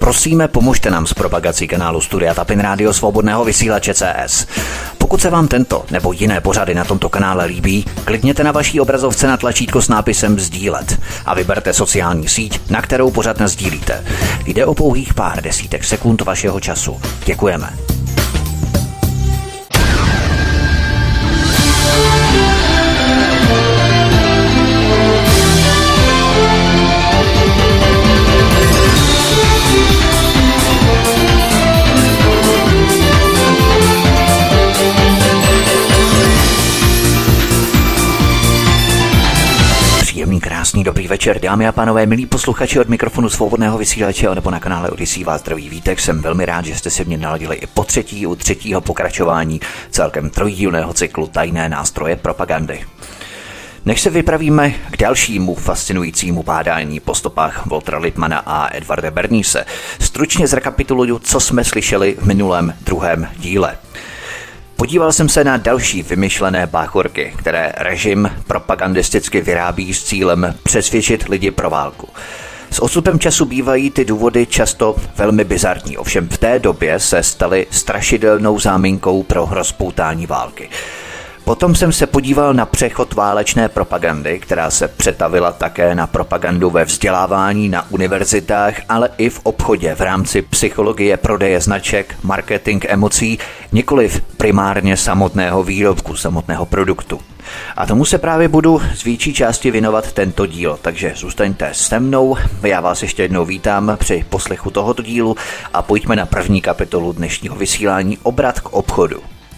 Prosíme, pomožte nám s propagací kanálu Studia Tapin Rádio Svobodného vysílače CS. Pokud se vám tento nebo jiné pořady na tomto kanále líbí, klikněte na vaší obrazovce na tlačítko s nápisem sdílet a vyberte sociální síť, na kterou pořad nasdílíte. Jde o pouhých pár desítek sekund vašeho času. Děkujeme. Krásný dobrý večer, dámy a pánové, milí posluchači, od mikrofonu Svobodného vysílače nebo na kanále Odyssey vás zdraví Vítek. Jsem velmi rád, že jste si mě naladili i po třetího pokračování celkem trojdílného cyklu Tajné nástroje propagandy. Než se vypravíme k dalšímu fascinujícímu bádání po stopách Waltera Lippmanna a Edwarda Bernaise, stručně zrekapituluju, co jsme slyšeli v minulém druhém díle. Podíval jsem se na další vymyšlené báchorky, které režim propagandisticky vyrábí s cílem přesvědčit lidi pro válku. S odstupem času bývají ty důvody často velmi bizarní, ovšem v té době se staly strašidelnou záminkou pro rozpoutání války. Potom jsem se podíval na přechod válečné propagandy, která se přetavila také na propagandu ve vzdělávání na univerzitách, ale i v obchodě v rámci psychologie prodeje značek, marketing emocí, nikoliv primárně samotného výrobku, samotného produktu. A tomu se právě budu z větší části věnovat tento díl, takže zůstaňte se mnou, já vás ještě jednou vítám při poslechu tohoto dílu a pojďme na první kapitolu dnešního vysílání Obrat k obchodu.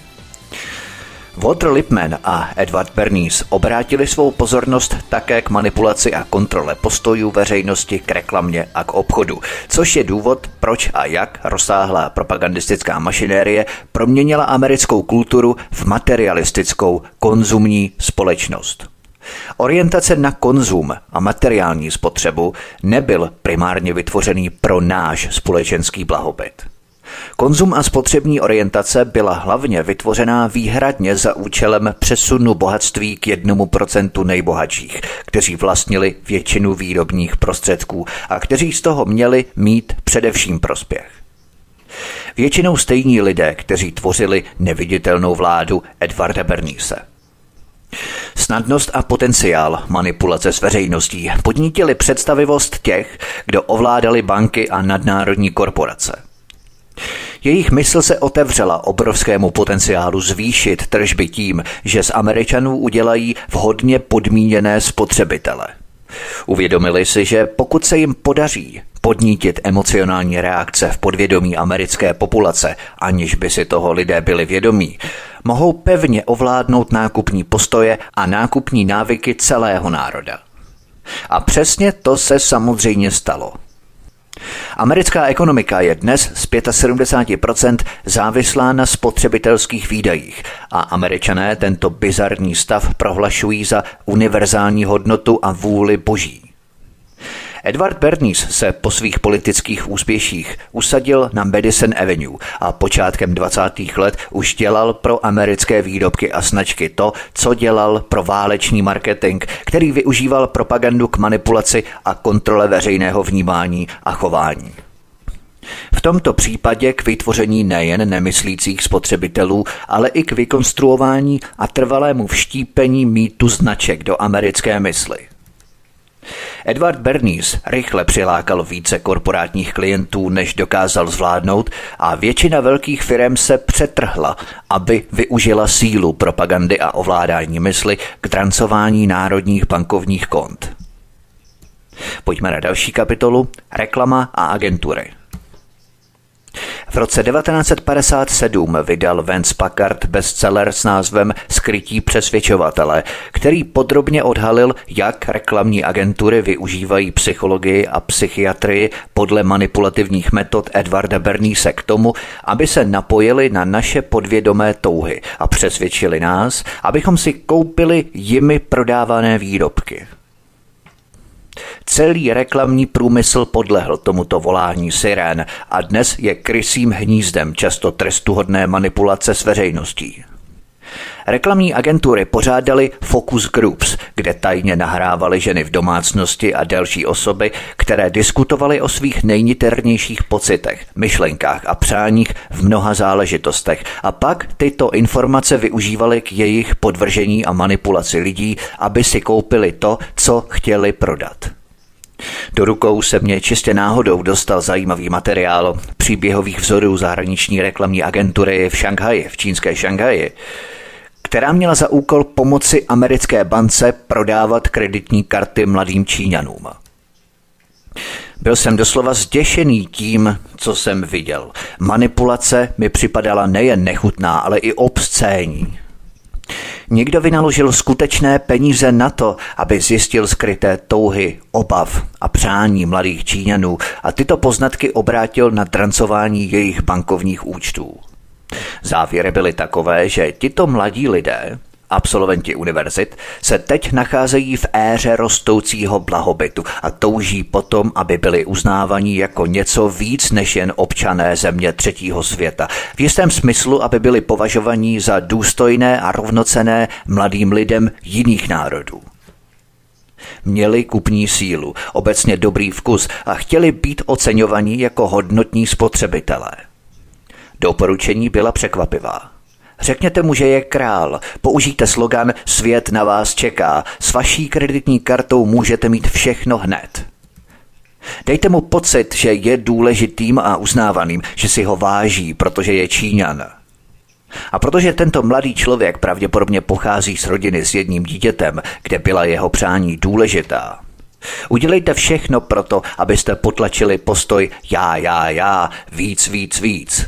Walter Lippmann a Edward Bernaise obrátili svou pozornost také k manipulaci a kontrole postojů veřejnosti k reklamě a k obchodu, což je důvod, proč a jak rozsáhlá propagandistická mašinérie proměnila americkou kulturu v materialistickou konzumní společnost. Orientace na konzum a materiální spotřebu nebyl primárně vytvořený pro náš společenský blahobyt. Konzum a spotřební orientace byla hlavně vytvořená výhradně za účelem přesunu bohatství k 1% nejbohatších, kteří vlastnili většinu výrobních prostředků a kteří z toho měli mít především prospěch. Většinou stejní lidé, kteří tvořili neviditelnou vládu Edwarda Bernaise. Snadnost a potenciál manipulace s veřejností podnítili představivost těch, kdo ovládali banky a nadnárodní korporace. Jejich mysl se otevřela obrovskému potenciálu zvýšit tržby tím, že z Američanů udělají vhodně podmíněné spotřebitele. Uvědomili si, že pokud se jim podaří podnítit emocionální reakce v podvědomí americké populace, aniž by si toho lidé byli vědomí, mohou pevně ovládnout nákupní postoje a nákupní návyky celého národa. A přesně to se samozřejmě stalo. Americká ekonomika je dnes z 75% závislá na spotřebitelských výdajích a Američané tento bizarní stav prohlašují za univerzální hodnotu a vůli boží. Edward Bernaise se po svých politických úspěších usadil na Madison Avenue a počátkem 20. let už dělal pro americké výrobky a značky to, co dělal pro válečný marketing, který využíval propagandu k manipulaci a kontrole veřejného vnímání a chování. V tomto případě k vytvoření nejen nemyslících spotřebitelů, ale i k vykonstruování a trvalému vštípení mýtu značek do americké mysli. Edward Bernaise rychle přilákal více korporátních klientů, než dokázal zvládnout, a většina velkých firem se přetrhla, aby využila sílu propagandy a ovládání mysli k drancování národních bankovních kont. Pojďme na další kapitolu Reklama a agentury. V roce 1957 vydal Vance Packard bestseller s názvem Skrytí přesvědčovatele, který podrobně odhalil, jak reklamní agentury využívají psychologii a psychiatrii podle manipulativních metod Edwarda Bernaise k tomu, aby se napojili na naše podvědomé touhy a přesvědčili nás, abychom si koupili jimi prodávané výrobky. Celý reklamní průmysl podlehl tomuto volání sirén a dnes je krysím hnízdem často trestuhodné manipulace s veřejností. Reklamní agentury pořádaly focus groups, kde tajně nahrávali ženy v domácnosti a další osoby, které diskutovaly o svých nejniternějších pocitech, myšlenkách a přáních v mnoha záležitostech a pak tyto informace využívali k jejich podvržení a manipulaci lidí, aby si koupili to, co chtěli prodat. Do rukou se mě čistě náhodou dostal zajímavý materiál příběhových vzorů zahraniční reklamní agentury v Šanghaji, v čínské Šanghaji, která měla za úkol pomoci americké bance prodávat kreditní karty mladým Číňanům. Byl jsem doslova zděšený tím, co jsem viděl. Manipulace mi připadala nejen nechutná, ale i obscénní. Někdo vynaložil skutečné peníze na to, aby zjistil skryté touhy, obav a přání mladých Číňanů a tyto poznatky obrátil na drancování jejich bankovních účtů. Závěry byly takové, že tito mladí lidé, absolventi univerzit, se teď nacházejí v éře rostoucího blahobytu a touží potom, aby byli uznávaní jako něco víc než jen občané země třetího světa. V jistém smyslu, aby byli považovaní za důstojné a rovnocenné mladým lidem jiných národů. Měli kupní sílu, obecně dobrý vkus a chtěli být oceňovaní jako hodnotní spotřebitelé. Doporučení byla překvapivá. Řekněte mu, že je král, použijte slogan Svět na vás čeká, s vaší kreditní kartou můžete mít všechno hned. Dejte mu pocit, že je důležitým a uznávaným, že si ho váží, protože je Číňan. A protože tento mladý člověk pravděpodobně pochází z rodiny s jedním dítětem, kde byla jeho přání důležitá, udělejte všechno proto, abyste potlačili postoj já, víc.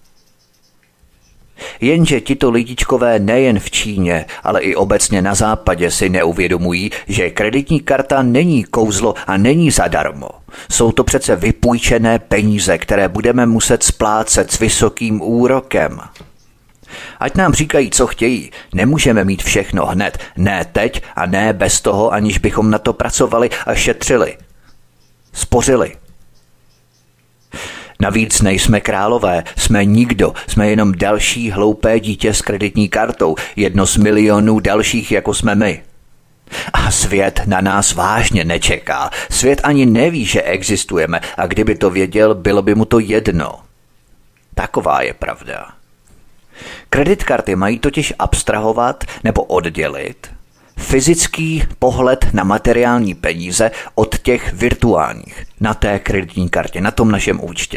Jenže tito lidičkové nejen v Číně, ale i obecně na západě si neuvědomují, že kreditní karta není kouzlo a není zadarmo. Jsou to přece vypůjčené peníze, které budeme muset splácet s vysokým úrokem. Ať nám říkají, co chtějí, nemůžeme mít všechno hned, ne teď a ne bez toho, aniž bychom na to pracovali a šetřili. Spořili. Navíc nejsme králové, jsme nikdo, jsme jenom další hloupé dítě s kreditní kartou, jedno z milionů dalších, jako jsme my. A svět na nás vážně nečeká, svět ani neví, že existujeme a kdyby to věděl, bylo by mu to jedno. Taková je pravda. Kreditkarty mají totiž abstrahovat nebo oddělit fyzický pohled na materiální peníze od těch virtuálních, na té kreditní kartě, na tom našem účtě.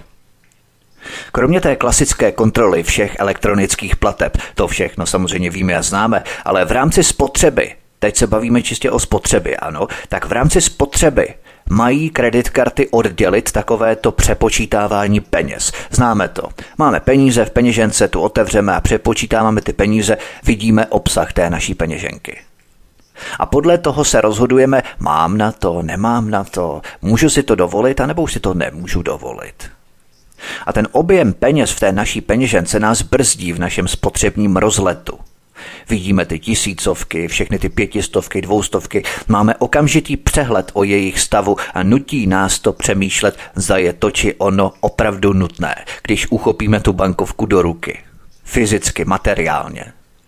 Kromě té klasické kontroly všech elektronických plateb, to všechno samozřejmě víme a známe, ale v rámci spotřeby, teď se bavíme čistě o spotřebě, ano, tak v rámci spotřeby mají kreditkarty oddělit takovéto přepočítávání peněz. Známe to. Máme peníze v peněžence, tu otevřeme a přepočítáváme ty peníze, vidíme obsah té naší peněženky. A podle toho se rozhodujeme, mám na to, nemám na to, můžu si to dovolit, anebo už si to nemůžu dovolit. A ten objem peněz v té naší peněžence nás brzdí v našem spotřebním rozletu. Vidíme ty tisícovky, všechny ty 500, 200, máme okamžitý přehled o jejich stavu a nutí nás to přemýšlet, zda je to či ono opravdu nutné, když uchopíme tu bankovku do ruky. Fyzicky, materiálně.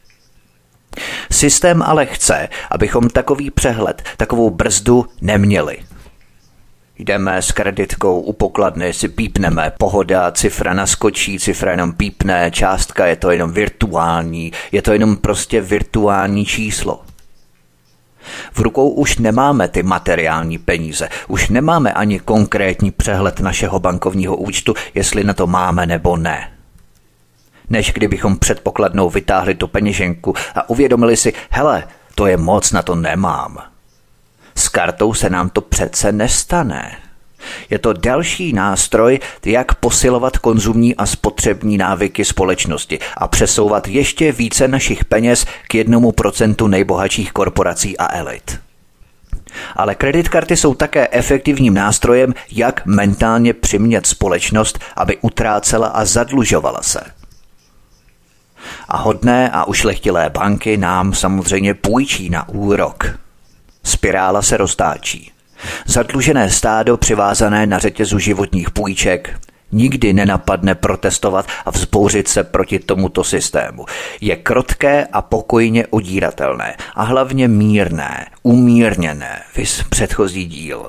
Systém ale chce, abychom takový přehled, takovou brzdu neměli. Jdeme s kreditkou u pokladny, si pípneme, pohoda, cifra naskočí, cifra jenom pípne, částka je to jenom virtuální, je to jenom prostě virtuální číslo. V rukou už nemáme ty materiální peníze, už nemáme ani konkrétní přehled našeho bankovního účtu, jestli na to máme nebo ne. Než kdybychom před pokladnou vytáhli tu peněženku a uvědomili si, hele, to je moc, na to nemám. S kartou se nám to přece nestane. Je to další nástroj, jak posilovat konzumní a spotřební návyky společnosti a přesouvat ještě více našich peněz k 1% nejbohatších korporací a elit. Ale kreditkarty jsou také efektivním nástrojem, jak mentálně přimět společnost, aby utrácela a zadlužovala se. A hodné a ušlechtilé banky nám samozřejmě půjčí na úrok. Spirála se roztáčí. Zadlužené stádo přivázané na řetězu životních půjček nikdy nenapadne protestovat a vzbouřit se proti tomuto systému. Je krotké a pokojně odíratelné a hlavně mírné, umírněné, viz předchozí díl.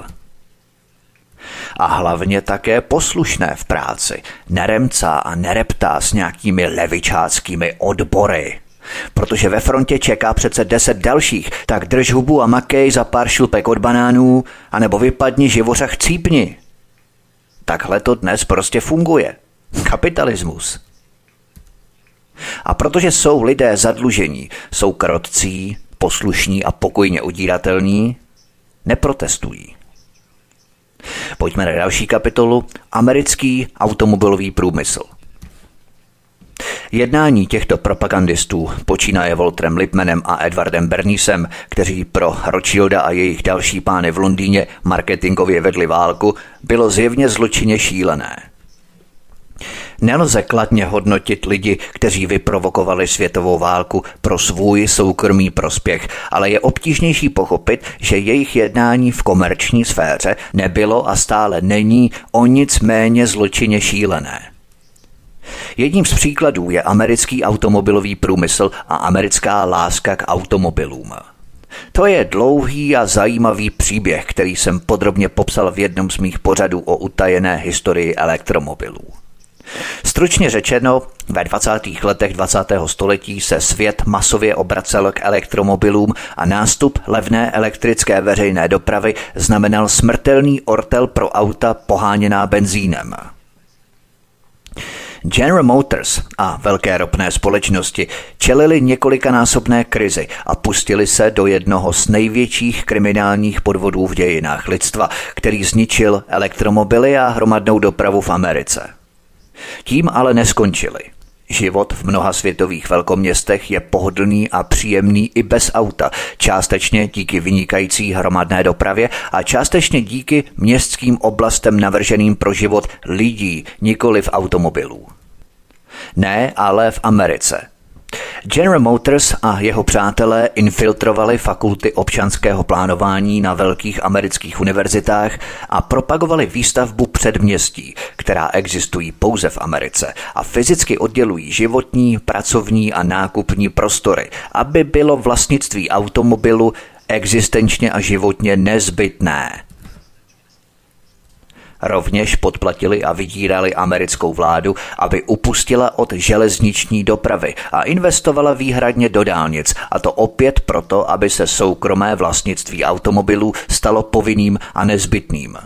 A hlavně také poslušné v práci, neremcá a nereptá s nějakými levičáckými odbory. Protože ve frontě čeká přece 10 dalších, tak drž hubu a makej za pár šlupek od banánů, anebo vypadni živořa chcípni. Takhle to dnes prostě funguje. Kapitalismus. A protože jsou lidé zadlužení, jsou krotcí, poslušní a pokojně udíratelní, neprotestují. Pojďme na další kapitolu. Americký automobilový průmysl. Jednání těchto propagandistů počínaje Walterem Lippmannem a Edwardem Berniesem, kteří pro Rothschilda a jejich další pány v Londýně marketingově vedli válku, bylo zjevně zločinně šílené. Nelze kladně hodnotit lidi, kteří vyprovokovali světovou válku pro svůj soukromý prospěch, ale je obtížnější pochopit, že jejich jednání v komerční sféře nebylo a stále není o nic méně zločinně šílené. Jedním z příkladů je americký automobilový průmysl a americká láska k automobilům. To je dlouhý a zajímavý příběh, který jsem podrobně popsal v jednom z mých pořadů o utajené historii elektromobilů. Stručně řečeno, ve 20. letech 20. století se svět masově obracel k elektromobilům a nástup levné elektrické veřejné dopravy znamenal smrtelný ortel pro auta poháněná benzínem. General Motors a velké ropné společnosti čelili několikanásobné krizi a pustili se do jednoho z největších kriminálních podvodů v dějinách lidstva, který zničil elektromobily a hromadnou dopravu v Americe. Tím ale neskončili. Život v mnoha světových velkoměstech je pohodlný a příjemný i bez auta, částečně díky vynikající hromadné dopravě a částečně díky městským oblastem navrženým pro život lidí, nikoliv automobilů. Ne, ale v Americe. General Motors a jeho přátelé infiltrovali fakulty občanského plánování na velkých amerických univerzitách a propagovali výstavbu předměstí, která existují pouze v Americe a fyzicky oddělují životní, pracovní a nákupní prostory, aby bylo vlastnictví automobilu existenčně a životně nezbytné. Rovněž podplatili a vydírali americkou vládu, aby upustila od železniční dopravy a investovala výhradně do dálnic, a to opět proto, aby se soukromé vlastnictví automobilů stalo povinným a nezbytným.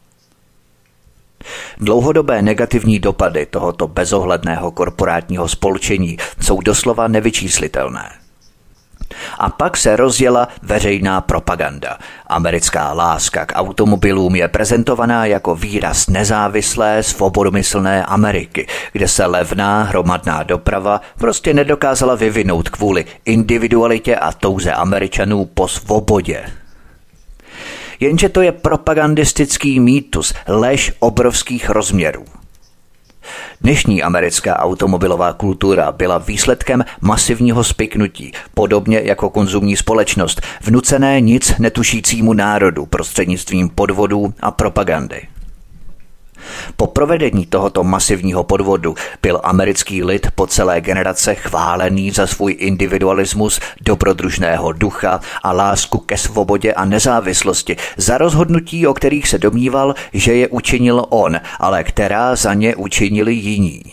Dlouhodobé negativní dopady tohoto bezohledného korporátního spolčení jsou doslova nevyčíslitelné. A pak se rozjela veřejná propaganda. Americká láska k automobilům je prezentovaná jako výraz nezávislé, svobodomyslné Ameriky, kde se levná hromadná doprava prostě nedokázala vyvinout kvůli individualitě a touze Američanů po svobodě. Jenže to je propagandistický mýtus, lež obrovských rozměrů. Dnešní americká automobilová kultura byla výsledkem masivního spiknutí, podobně jako konzumní společnost, vnucené nic netušícímu národu prostřednictvím podvodů a propagandy. Po provedení tohoto masivního podvodu byl americký lid po celé generace chválený za svůj individualismus, dobrodružného ducha a lásku ke svobodě a nezávislosti, za rozhodnutí, o kterých se domníval, že je učinil on, ale která za ně učinili jiní.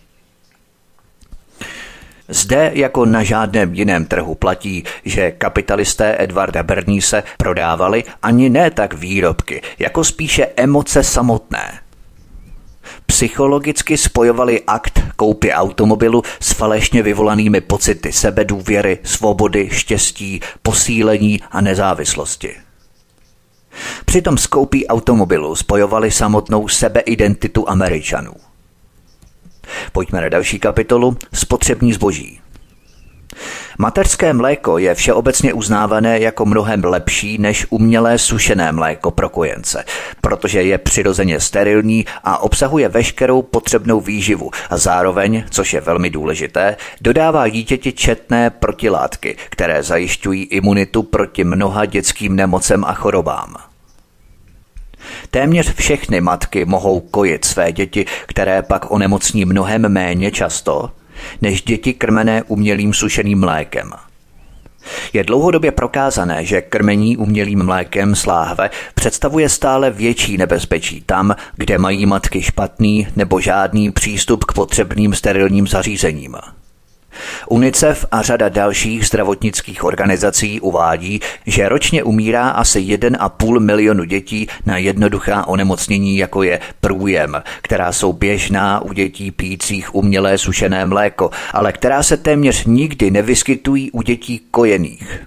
Zde jako na žádném jiném trhu platí, že kapitalisté Edwarda Berniese prodávali ani ne tak výrobky, jako spíše emoce samotné. Psychologicky spojovali akt koupě automobilu s falešně vyvolanými pocity sebedůvěry, svobody, štěstí, posílení a nezávislosti. Přitom s koupí automobilu spojovali samotnou sebeidentitu Američanů. Pojďme na další kapitolu. Spotřební zboží. Mateřské mléko je všeobecně uznávané jako mnohem lepší než umělé sušené mléko pro kojence, protože je přirozeně sterilní a obsahuje veškerou potřebnou výživu a zároveň, což je velmi důležité, dodává dítěti četné protilátky, které zajišťují imunitu proti mnoha dětským nemocem a chorobám. Téměř všechny matky mohou kojit své děti, které pak onemocní mnohem méně často, než děti krmené umělým sušeným mlékem. Je dlouhodobě prokázané, že krmení umělým mlékem z láhve představuje stále větší nebezpečí tam, kde mají matky špatný nebo žádný přístup k potřebným sterilním zařízením. UNICEF a řada dalších zdravotnických organizací uvádí, že ročně umírá asi 1,5 milionu dětí na jednoduchá onemocnění, jako je průjem, která jsou běžná u dětí pijících umělé sušené mléko, ale která se téměř nikdy nevyskytují u dětí kojených.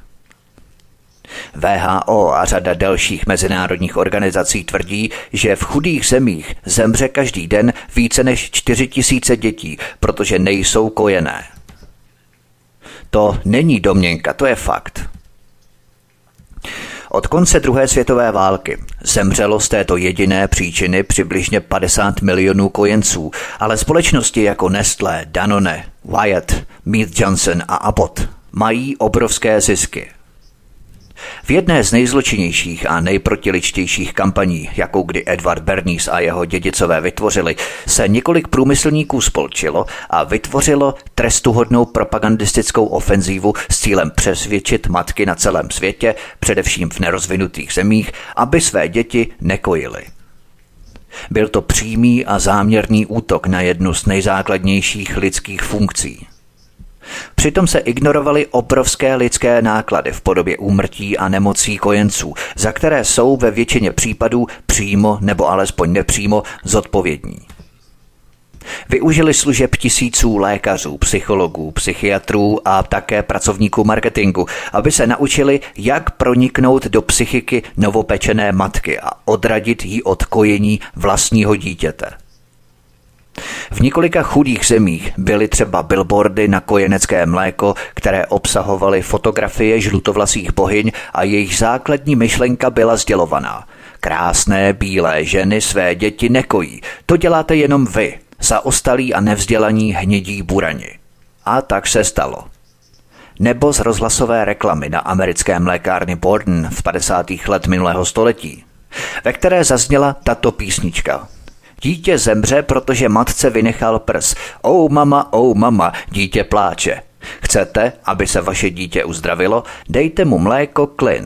WHO a řada dalších mezinárodních organizací tvrdí, že v chudých zemích zemře každý den více než 4 000 dětí, protože nejsou kojené. To není domněnka, to je fakt. Od konce druhé světové války zemřelo z této jediné příčiny přibližně 50 milionů kojenců, ale společnosti jako Nestlé, Danone, Wyeth, Mead Johnson a Abbott mají obrovské zisky. V jedné z nejzločinnějších a nejprotiličtějších kampaní, jakou kdy Edward Bernays a jeho dědicové vytvořili, se několik průmyslníků spolčilo a vytvořilo trestuhodnou propagandistickou ofenzívu s cílem přesvědčit matky na celém světě, především v nerozvinutých zemích, aby své děti nekojily. Byl to přímý a záměrný útok na jednu z nejzákladnějších lidských funkcí. Přitom se ignorovaly obrovské lidské náklady v podobě úmrtí a nemocí kojenců, za které jsou ve většině případů přímo nebo alespoň nepřímo zodpovědní. Využili služeb tisíců lékařů, psychologů, psychiatrů a také pracovníků marketingu, aby se naučili, jak proniknout do psychiky novopečené matky a odradit ji od kojení vlastního dítěte. V několika chudých zemích byly třeba billboardy na kojenecké mléko, které obsahovaly fotografie žlutovlasých bohyň a jejich základní myšlenka byla sdělovaná. Krásné bílé ženy své děti nekojí, to děláte jenom vy, zaostalí a nevzdělaní hnědí burani. A tak se stalo. Nebo z rozhlasové reklamy na americké mlékárny Borden v 50. let minulého století, ve které zazněla tato písnička. Dítě zemře, protože matce vynechal prs. Oh mama, dítě pláče. Chcete, aby se vaše dítě uzdravilo? Dejte mu mléko Klin.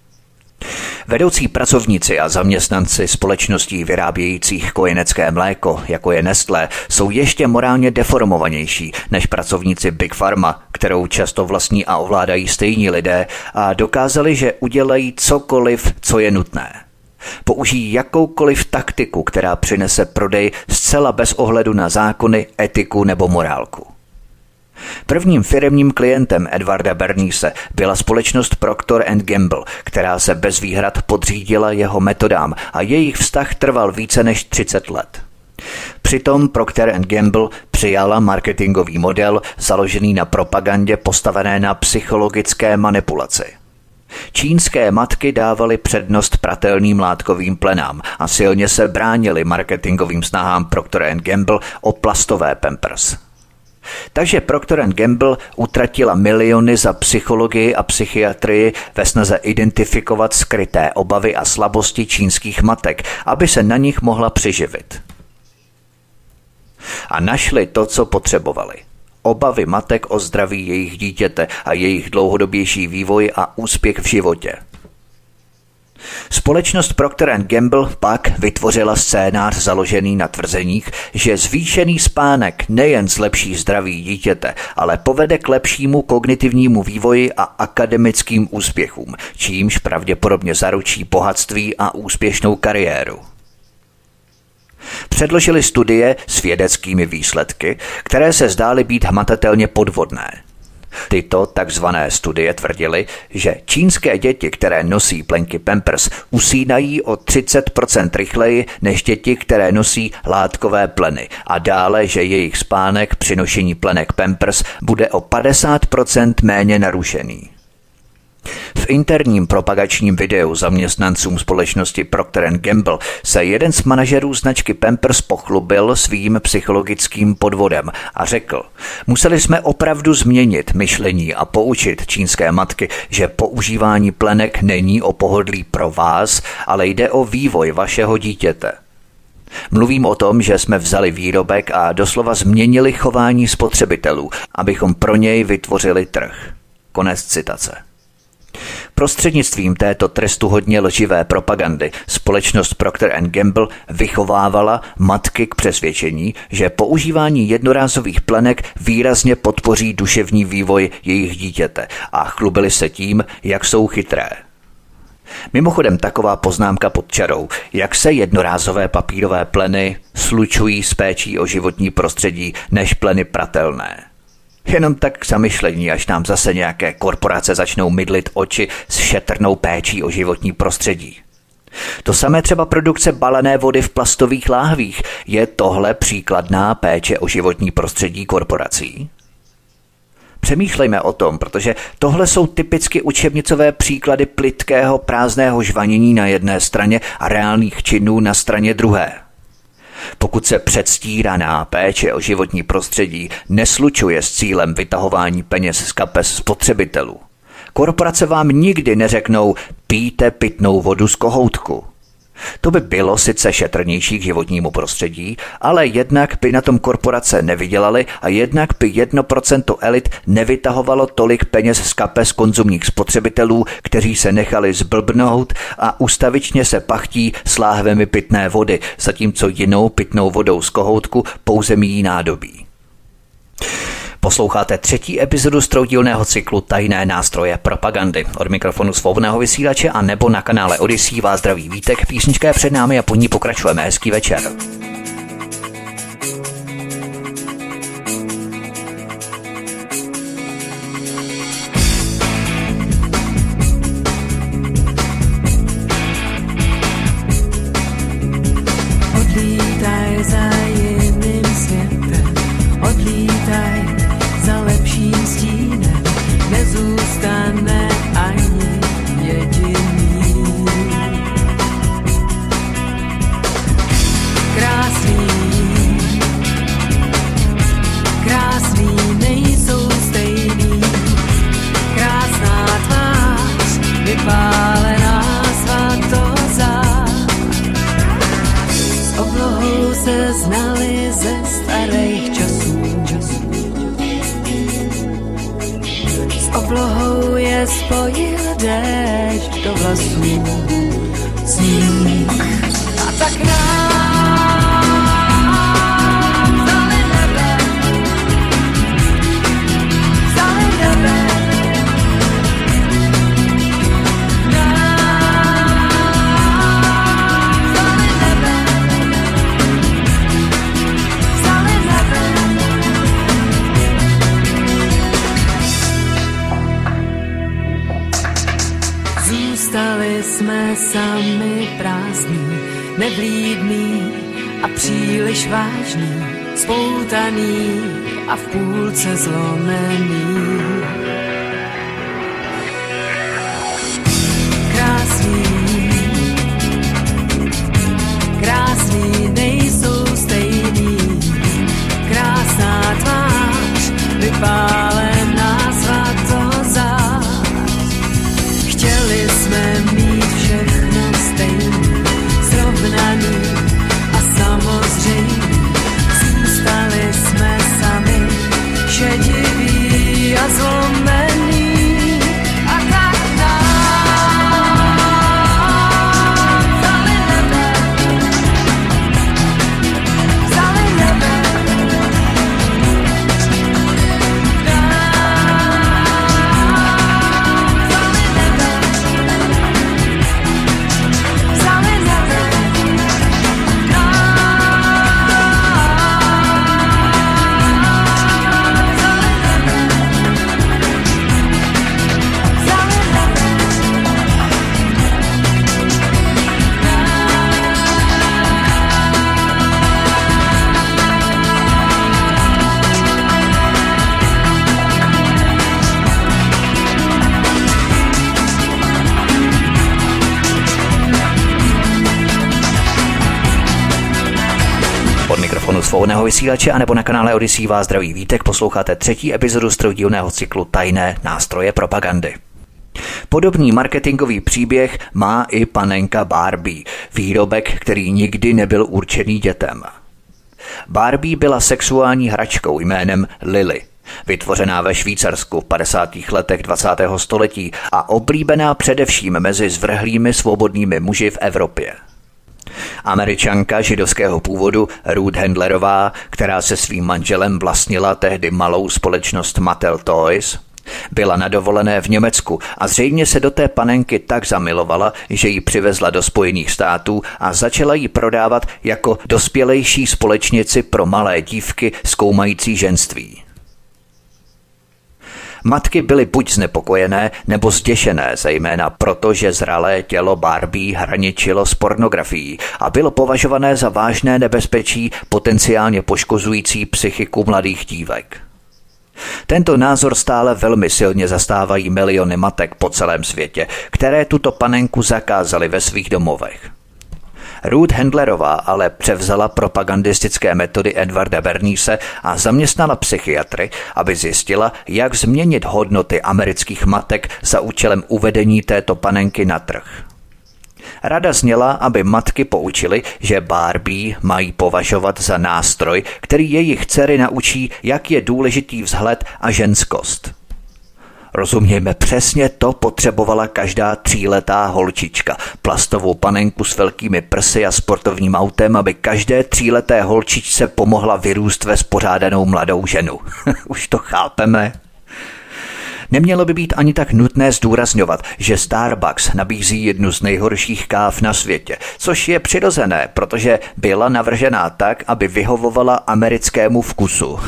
Vedoucí pracovníci a zaměstnanci společností vyrábějících kojenecké mléko, jako je Nestlé, jsou ještě morálně deformovanější než pracovníci Big Pharma, kterou často vlastní a ovládají stejní lidé a dokázali, že udělají cokoliv, co je nutné. Použijí jakoukoliv taktiku, která přinese prodej zcela bez ohledu na zákony, etiku nebo morálku. Prvním firemním klientem Edwarda Bernayse byla společnost Procter & Gamble, která se bez výhrad podřídila jeho metodám a jejich vztah trval více než 30 let. Přitom Procter & Gamble přijala marketingový model založený na propagandě postavené na psychologické manipulaci. Čínské matky dávaly přednost pratelným látkovým plenám a silně se bránily marketingovým snahám Procter & Gamble o plastové Pampers. Takže Procter & Gamble utratila miliony za psychologii a psychiatrii ve snaze identifikovat skryté obavy a slabosti čínských matek, aby se na nich mohla přiživit. A našli to, co potřebovali. Obavy matek o zdraví jejich dítěte a jejich dlouhodobější vývoj a úspěch v životě. Společnost Procter & Gamble pak vytvořila scénář založený na tvrzeních, že zvýšený spánek nejen zlepší zdraví dítěte, ale povede k lepšímu kognitivnímu vývoji a akademickým úspěchům, čímž pravděpodobně zaručí bohatství a úspěšnou kariéru. Předložili studie s vědeckými výsledky, které se zdály být hmatatelně podvodné. Tyto takzvané studie tvrdily, že čínské děti, které nosí plenky Pampers, usínají o 30% rychleji než děti, které nosí látkové pleny a dále, že jejich spánek při nošení plenek Pampers bude o 50% méně narušený. V interním propagačním videu zaměstnancům společnosti Procter & Gamble se jeden z manažerů značky Pampers pochlubil svým psychologickým podvodem a řekl: museli jsme opravdu změnit myšlení a poučit čínské matky, že používání plenek není o pohodlí pro vás, ale jde o vývoj vašeho dítěte. Mluvím o tom, že jsme vzali výrobek a doslova změnili chování spotřebitelů, abychom pro něj vytvořili trh. Konec citace. Prostřednictvím této trestuhodně lživé propagandy společnost Procter & Gamble vychovávala matky k přesvědčení, že používání jednorázových plenek výrazně podpoří duševní vývoj jejich dítěte a chlubili se tím, jak jsou chytré. Mimochodem taková poznámka pod čarou, jak se jednorázové papírové pleny slučují s péčí o životní prostředí než pleny pratelné. Jenom tak k zamyšlení, až nám zase nějaké korporace začnou mydlit oči s šetrnou péčí o životní prostředí. To samé třeba produkce balené vody v plastových láhvích. Je tohle příkladná péče o životní prostředí korporací? Přemýšlejme o tom, protože tohle jsou typicky učebnicové příklady plytkého prázdného žvanění na jedné straně a reálných činů na straně druhé. Pokud se předstíraná péče o životní prostředí neslučuje s cílem vytahování peněz z kapes spotřebitelů, korporace vám nikdy neřeknou: pijte pitnou vodu z kohoutku. To by bylo sice šetrnější k životnímu prostředí, ale jednak by na tom korporace nevydělaly a jednak by 1% elit nevytahovalo tolik peněz z kapes konzumních spotřebitelů, kteří se nechali zblbnout a ustavičně se pachtí s láhvemi pitné vody, zatímco jinou pitnou vodou z kohoutku pouze míjí nádobí. Posloucháte 3. epizodu z troudílného cyklu Tajné nástroje propagandy. Od mikrofonu Svobodného vysílače a nebo na kanále Odyssey vás zdraví Vítek, písnička je před námi a po ní pokračujeme. Hezký večer. Odlítaj za jiným světem, odlítaj za lepším stínem, nezůstane ani jediný. Krásný nejsou stejný, krásná tvář, vypálená svatozář. S oblohou se znali ze starých časů. S oblohou je spojil déšť do vlasů. Sníh a tak vzali nebe, vzali nebe. Zůstali jsme sami prázdní, nevlídný a příliš vážný, spoutaný a v půlce zlomený. Krásný nejsou stejný, krásná tvář, vypálená svatozář. Chtěli jsme mít všechno stejný, srovnaný a samozřejmý. Zůstali jsme sami, šediví a zlomený. A tak nám vzali nebe, mikrofonu svobodného vysílače anebo na kanále Odyssey vás zdraví Vítek, posloucháte 3. epizodu z trojdílného cyklu Tajné nástroje propagandy. Podobný marketingový příběh má i panenka Barbie, výrobek, který nikdy nebyl určený dětem. Barbie byla sexuální hračkou jménem Lily, vytvořená ve Švýcarsku v 50. letech 20. století a oblíbená především mezi zvrhlými svobodnými muži v Evropě. Američanka židovského původu Ruth Handlerová, která se svým manželem vlastnila tehdy malou společnost Mattel Toys, byla na dovolené v Německu a zřejmě se do té panenky tak zamilovala, že ji přivezla do Spojených států a začala ji prodávat jako dospělejší společnici pro malé dívky zkoumající ženství. Matky byly buď znepokojené nebo zděšené, zejména proto, že zralé tělo Barbie hraničilo s pornografií a bylo považované za vážné nebezpečí potenciálně poškozující psychiku mladých dívek. Tento názor stále velmi silně zastávají miliony matek po celém světě, které tuto panenku zakázaly ve svých domovech. Ruth Handlerová ale převzala propagandistické metody Edwarda Bernaise a zaměstnala psychiatry, aby zjistila, jak změnit hodnoty amerických matek za účelem uvedení této panenky na trh. Rada zněla, aby matky poučily, že Barbie mají považovat za nástroj, který jejich dcery naučí, jak je důležitý vzhled a ženskost. Rozumějme, přesně to potřebovala každá 3letá holčička. Plastovou panenku s velkými prsy a sportovním autem, aby každé 3leté holčičce pomohla vyrůst ve spořádanou mladou ženu. Už to chápeme. Nemělo by být ani tak nutné zdůrazňovat, že Starbucks nabízí jednu z nejhorších káv na světě, což je přirozené, protože byla navržená tak, aby vyhovovala americkému vkusu.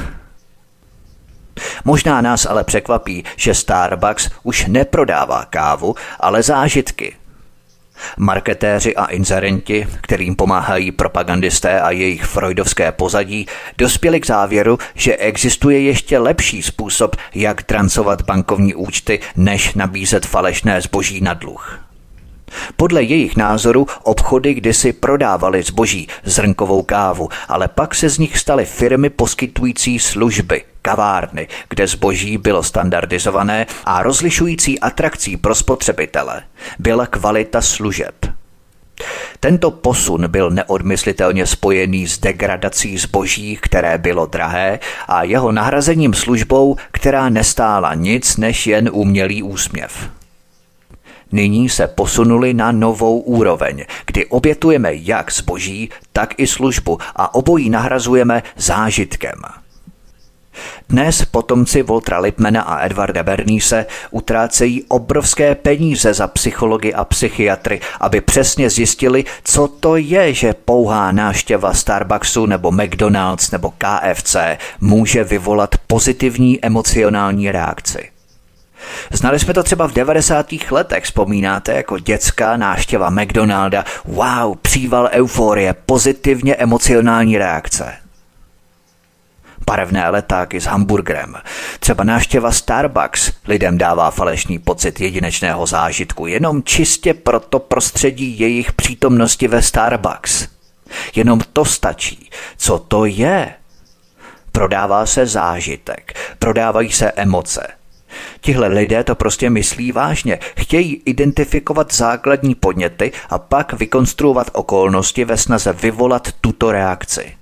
Možná nás ale překvapí, že Starbucks už neprodává kávu, ale zážitky. Marketéři a inzerenti, kterým pomáhají propagandisté a jejich freudovské pozadí, dospěli k závěru, že existuje ještě lepší způsob, jak drancovat bankovní účty, než nabízet falešné zboží na dluh. Podle jejich názoru obchody kdysi prodávaly zboží, zrnkovou kávu, ale pak se z nich staly firmy poskytující služby, kavárny, kde zboží bylo standardizované a rozlišující atrakcí pro spotřebitele byla kvalita služeb. Tento posun byl neodmyslitelně spojený s degradací zboží, které bylo drahé, a jeho nahrazením službou, která nestála nic než jen umělý úsměv. Nyní se posunuli na novou úroveň, kdy obětujeme jak zboží, tak i službu a obojí nahrazujeme zážitkem. Dnes potomci Waltera Lippmana a Edwarda Bernaise utrácejí obrovské peníze za psychology a psychiatry, aby přesně zjistili, co to je, že pouhá návštěva Starbucksu nebo McDonald's nebo KFC může vyvolat pozitivní emocionální reakci. Znali jsme to třeba v 90. letech, vzpomínáte, jako dětská návštěva McDonalda, wow, příval euforie, pozitivně emocionální reakce. Barevné letáky s hamburgerem. Třeba návštěva Starbucks lidem dává falešný pocit jedinečného zážitku, jenom čistě pro to prostředí jejich přítomnosti ve Starbucks. Jenom to stačí. Co to je? Prodává se zážitek, prodávají se emoce. Tihle lidé to prostě myslí vážně, chtějí identifikovat základní podněty a pak vykonstruovat okolnosti ve snaze vyvolat tuto reakci.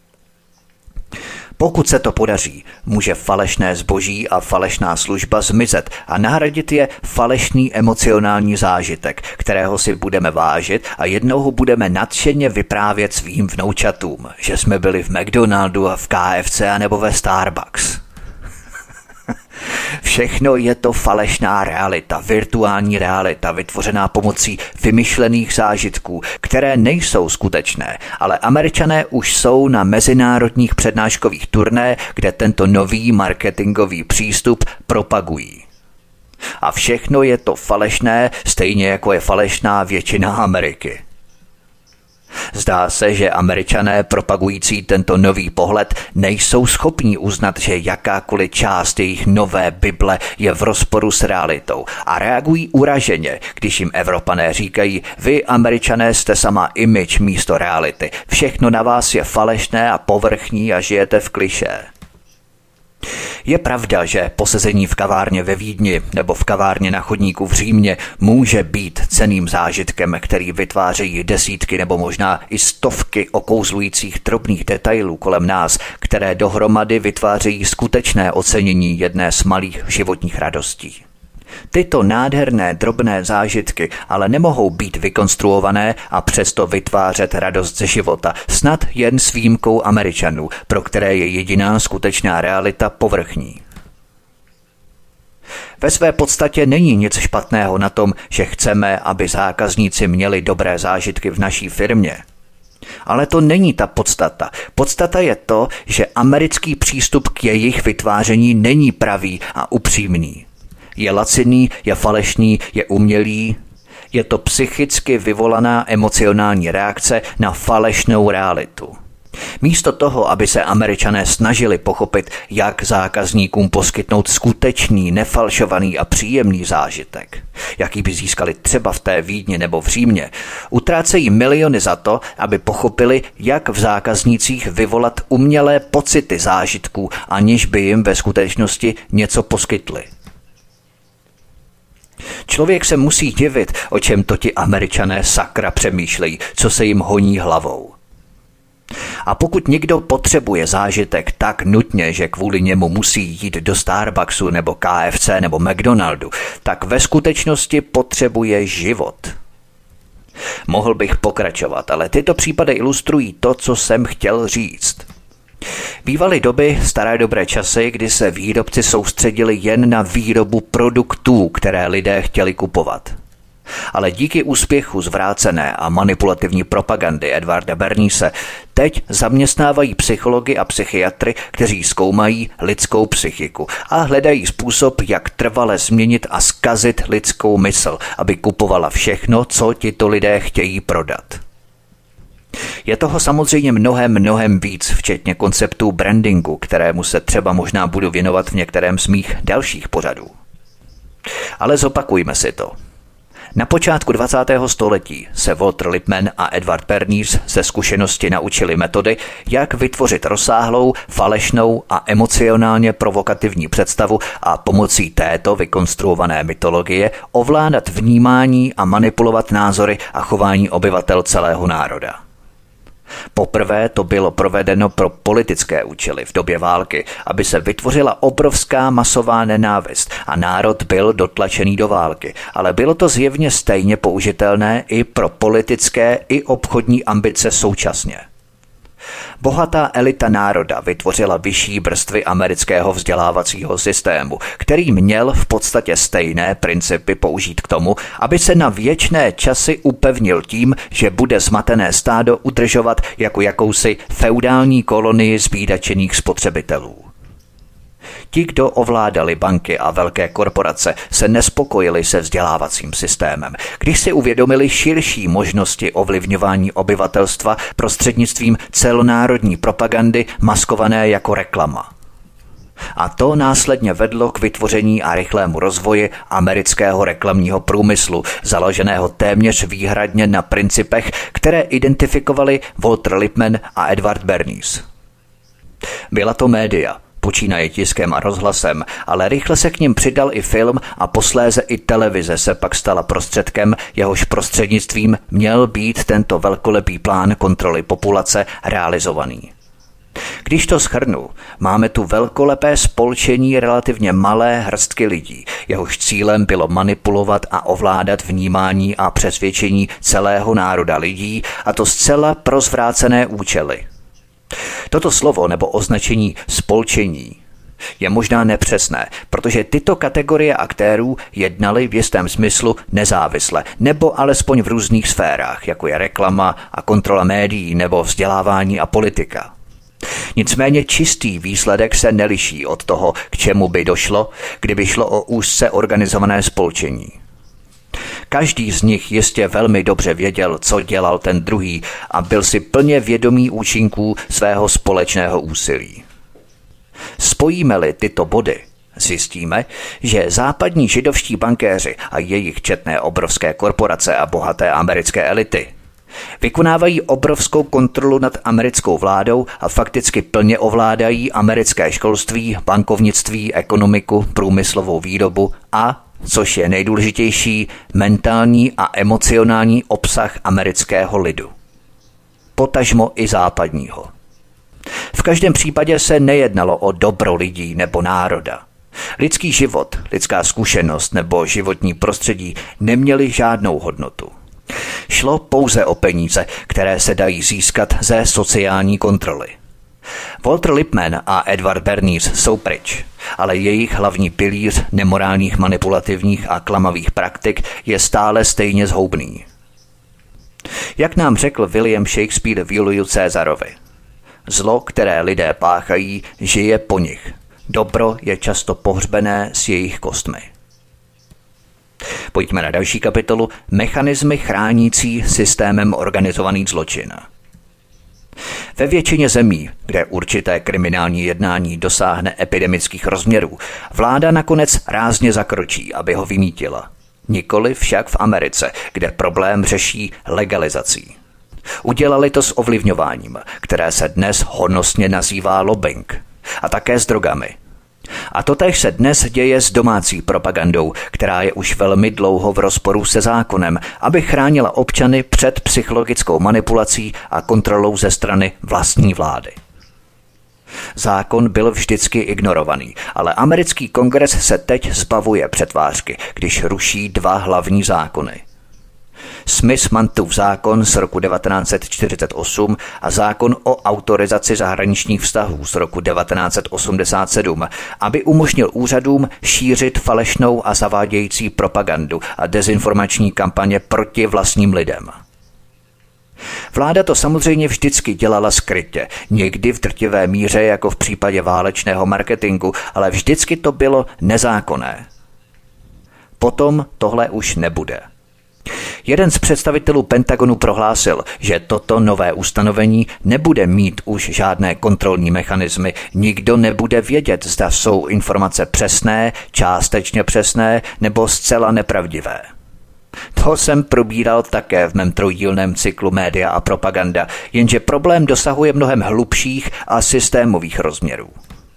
Pokud se to podaří, může falešné zboží a falešná služba zmizet a nahradit je falešný emocionální zážitek, kterého si budeme vážit a jednou ho budeme nadšeně vyprávět svým vnoučatům, že jsme byli v McDonaldu a v KFC a nebo ve Starbucks. Všechno je to falešná realita, virtuální realita, vytvořená pomocí vymyšlených zážitků, které nejsou skutečné, ale Američané už jsou na mezinárodních přednáškových turné, kde tento nový marketingový přístup propagují. A všechno je to falešné, stejně jako je falešná většina Ameriky. Zdá se, že Američané propagující tento nový pohled nejsou schopni uznat, že jakákoliv část jejich nové Bible je v rozporu s realitou a reagují uraženě, když jim Evropané říkají: vy, Američané, jste sama image místo reality. Všechno na vás je falešné a povrchní a žijete v klišé. Je pravda, že posezení v kavárně ve Vídni nebo v kavárně na chodníku v Římě může být cenným zážitkem, který vytvářejí desítky nebo možná i stovky okouzlujících drobných detailů kolem nás, které dohromady vytvářejí skutečné ocenění jedné z malých životních radostí. Tyto nádherné drobné zážitky ale nemohou být vykonstruované a přesto vytvářet radost ze života, snad jen s výjimkou Američanů, pro které je jediná skutečná realita povrchní. Ve své podstatě není nic špatného na tom, že chceme, aby zákazníci měli dobré zážitky v naší firmě. Ale to není ta podstata. Podstata je to, že americký přístup k jejich vytváření není pravý a upřímný. Je laciný, je falešný, je umělý, je to psychicky vyvolaná emocionální reakce na falešnou realitu. Místo toho, aby se Američané snažili pochopit, jak zákazníkům poskytnout skutečný, nefalšovaný a příjemný zážitek, jaký by získali třeba v té Vídni nebo v Římě, utrácejí miliony za to, aby pochopili, jak v zákaznících vyvolat umělé pocity zážitků, aniž by jim ve skutečnosti něco poskytli. Člověk se musí divit, o čem to ti Američané sakra přemýšlejí, co se jim honí hlavou. A pokud někdo potřebuje zážitek tak nutně, že kvůli němu musí jít do Starbucksu nebo KFC nebo McDonaldu, tak ve skutečnosti potřebuje život. Mohl bych pokračovat, ale tyto případy ilustrují to, co jsem chtěl říct. Bývaly doby, staré dobré časy, kdy se výrobci soustředili jen na výrobu produktů, které lidé chtěli kupovat. Ale díky úspěchu zvrácené a manipulativní propagandy Edwarda Berniese teď zaměstnávají psychology a psychiatry, kteří zkoumají lidskou psychiku a hledají způsob, jak trvale změnit a zkazit lidskou mysl, aby kupovala všechno, co tito lidé chtějí prodat. Je toho samozřejmě mnohem víc, včetně konceptu brandingu, kterému se třeba možná budu věnovat v některém z mých dalších pořadů. Ale zopakujme si to. Na počátku 20. století se Walter Lippmann a Edward Bernays ze zkušenosti naučili metody, jak vytvořit rozsáhlou, falešnou a emocionálně provokativní představu a pomocí této vykonstruované mytologie ovládat vnímání a manipulovat názory a chování obyvatel celého národa. Poprvé to bylo provedeno pro politické účely v době války, aby se vytvořila obrovská masová nenávist a národ byl dotlačený do války, ale bylo to zjevně stejně použitelné i pro politické i obchodní ambice současně. Bohatá elita národa vytvořila vyšší vrstvy amerického vzdělávacího systému, který měl v podstatě stejné principy použít k tomu, aby se na věčné časy upevnil tím, že bude zmatené stádo udržovat jako jakousi feudální kolonii zbídačených spotřebitelů. Ti, kdo ovládali banky a velké korporace, se nespokojili se vzdělávacím systémem, když si uvědomili širší možnosti ovlivňování obyvatelstva prostřednictvím celonárodní propagandy maskované jako reklama. A to následně vedlo k vytvoření a rychlému rozvoji amerického reklamního průmyslu, založeného téměř výhradně na principech, které identifikovali Walter Lippmann a Edward Bernays. Byla to média, počínaje tiskem a rozhlasem, ale rychle se k nim přidal i film a posléze i televize se pak stala prostředkem, jehož prostřednictvím měl být tento velkolepý plán kontroly populace realizovaný. Když to shrnu, máme tu velkolepé spolčení relativně malé hrstky lidí, jehož cílem bylo manipulovat a ovládat vnímání a přesvědčení celého národa lidí, a to zcela pro zvrácené účely. Toto slovo nebo označení spolčení je možná nepřesné, protože tyto kategorie aktérů jednaly v jistém smyslu nezávisle, nebo alespoň v různých sférách, jako je reklama a kontrola médií nebo vzdělávání a politika. Nicméně čistý výsledek se neliší od toho, k čemu by došlo, kdyby šlo o úzce organizované spolčení. Každý z nich jistě velmi dobře věděl, co dělal ten druhý a byl si plně vědomý účinků svého společného úsilí. Spojíme-li tyto body, zjistíme, že západní židovští bankéři a jejich četné obrovské korporace a bohaté americké elity vykonávají obrovskou kontrolu nad americkou vládou a fakticky plně ovládají americké školství, bankovnictví, ekonomiku, průmyslovou výrobu a, což je nejdůležitější, mentální a emocionální obsah amerického lidu. Potažmo i západního. V každém případě se nejednalo o dobro lidí nebo národa. Lidský život, lidská zkušenost nebo životní prostředí neměly žádnou hodnotu. Šlo pouze o peníze, které se dají získat ze sociální kontroly. Walter Lippmann a Edward Bernays jsou pryč, ale jejich hlavní pilíř nemorálních, manipulativních a klamavých praktik je stále stejně zhoubný. Jak nám řekl William Shakespeare v Juliu Caesarovi, zlo, které lidé páchají, žije po nich. Dobro je často pohřbené s jejich kostmi. Pojďme na další kapitolu. Mechanismy chránící systémem organizovaný zločin. Ve většině zemí, kde určité kriminální jednání dosáhne epidemických rozměrů, vláda nakonec rázně zakročí, aby ho vymítila. Nikoli však v Americe, kde problém řeší legalizací. Udělali to s ovlivňováním, které se dnes honosně nazývá lobbying, a také s drogami. A totéž se dnes děje s domácí propagandou, která je už velmi dlouho v rozporu se zákonem, aby chránila občany před psychologickou manipulací a kontrolou ze strany vlastní vlády. Zákon byl vždycky ignorovaný, ale americký kongres se teď zbavuje přetvářky, když ruší dva hlavní zákony. Smith-Mantův zákon z roku 1948 a zákon o autorizaci zahraničních vztahů z roku 1987, aby umožnil úřadům šířit falešnou a zavádějící propagandu a dezinformační kampaně proti vlastním lidem. Vláda to samozřejmě vždycky dělala skrytě, někdy v drtivé míře jako v případě válečného marketingu, ale vždycky to bylo nezákonné. Potom tohle už nebude. Jeden z představitelů Pentagonu prohlásil, že toto nové ustanovení nebude mít už žádné kontrolní mechanismy, nikdo nebude vědět, zda jsou informace přesné, částečně přesné nebo zcela nepravdivé. To jsem probíral také v mém trojdílném cyklu Média a propaganda, jenže problém dosahuje mnohem hlubších a systémových rozměrů.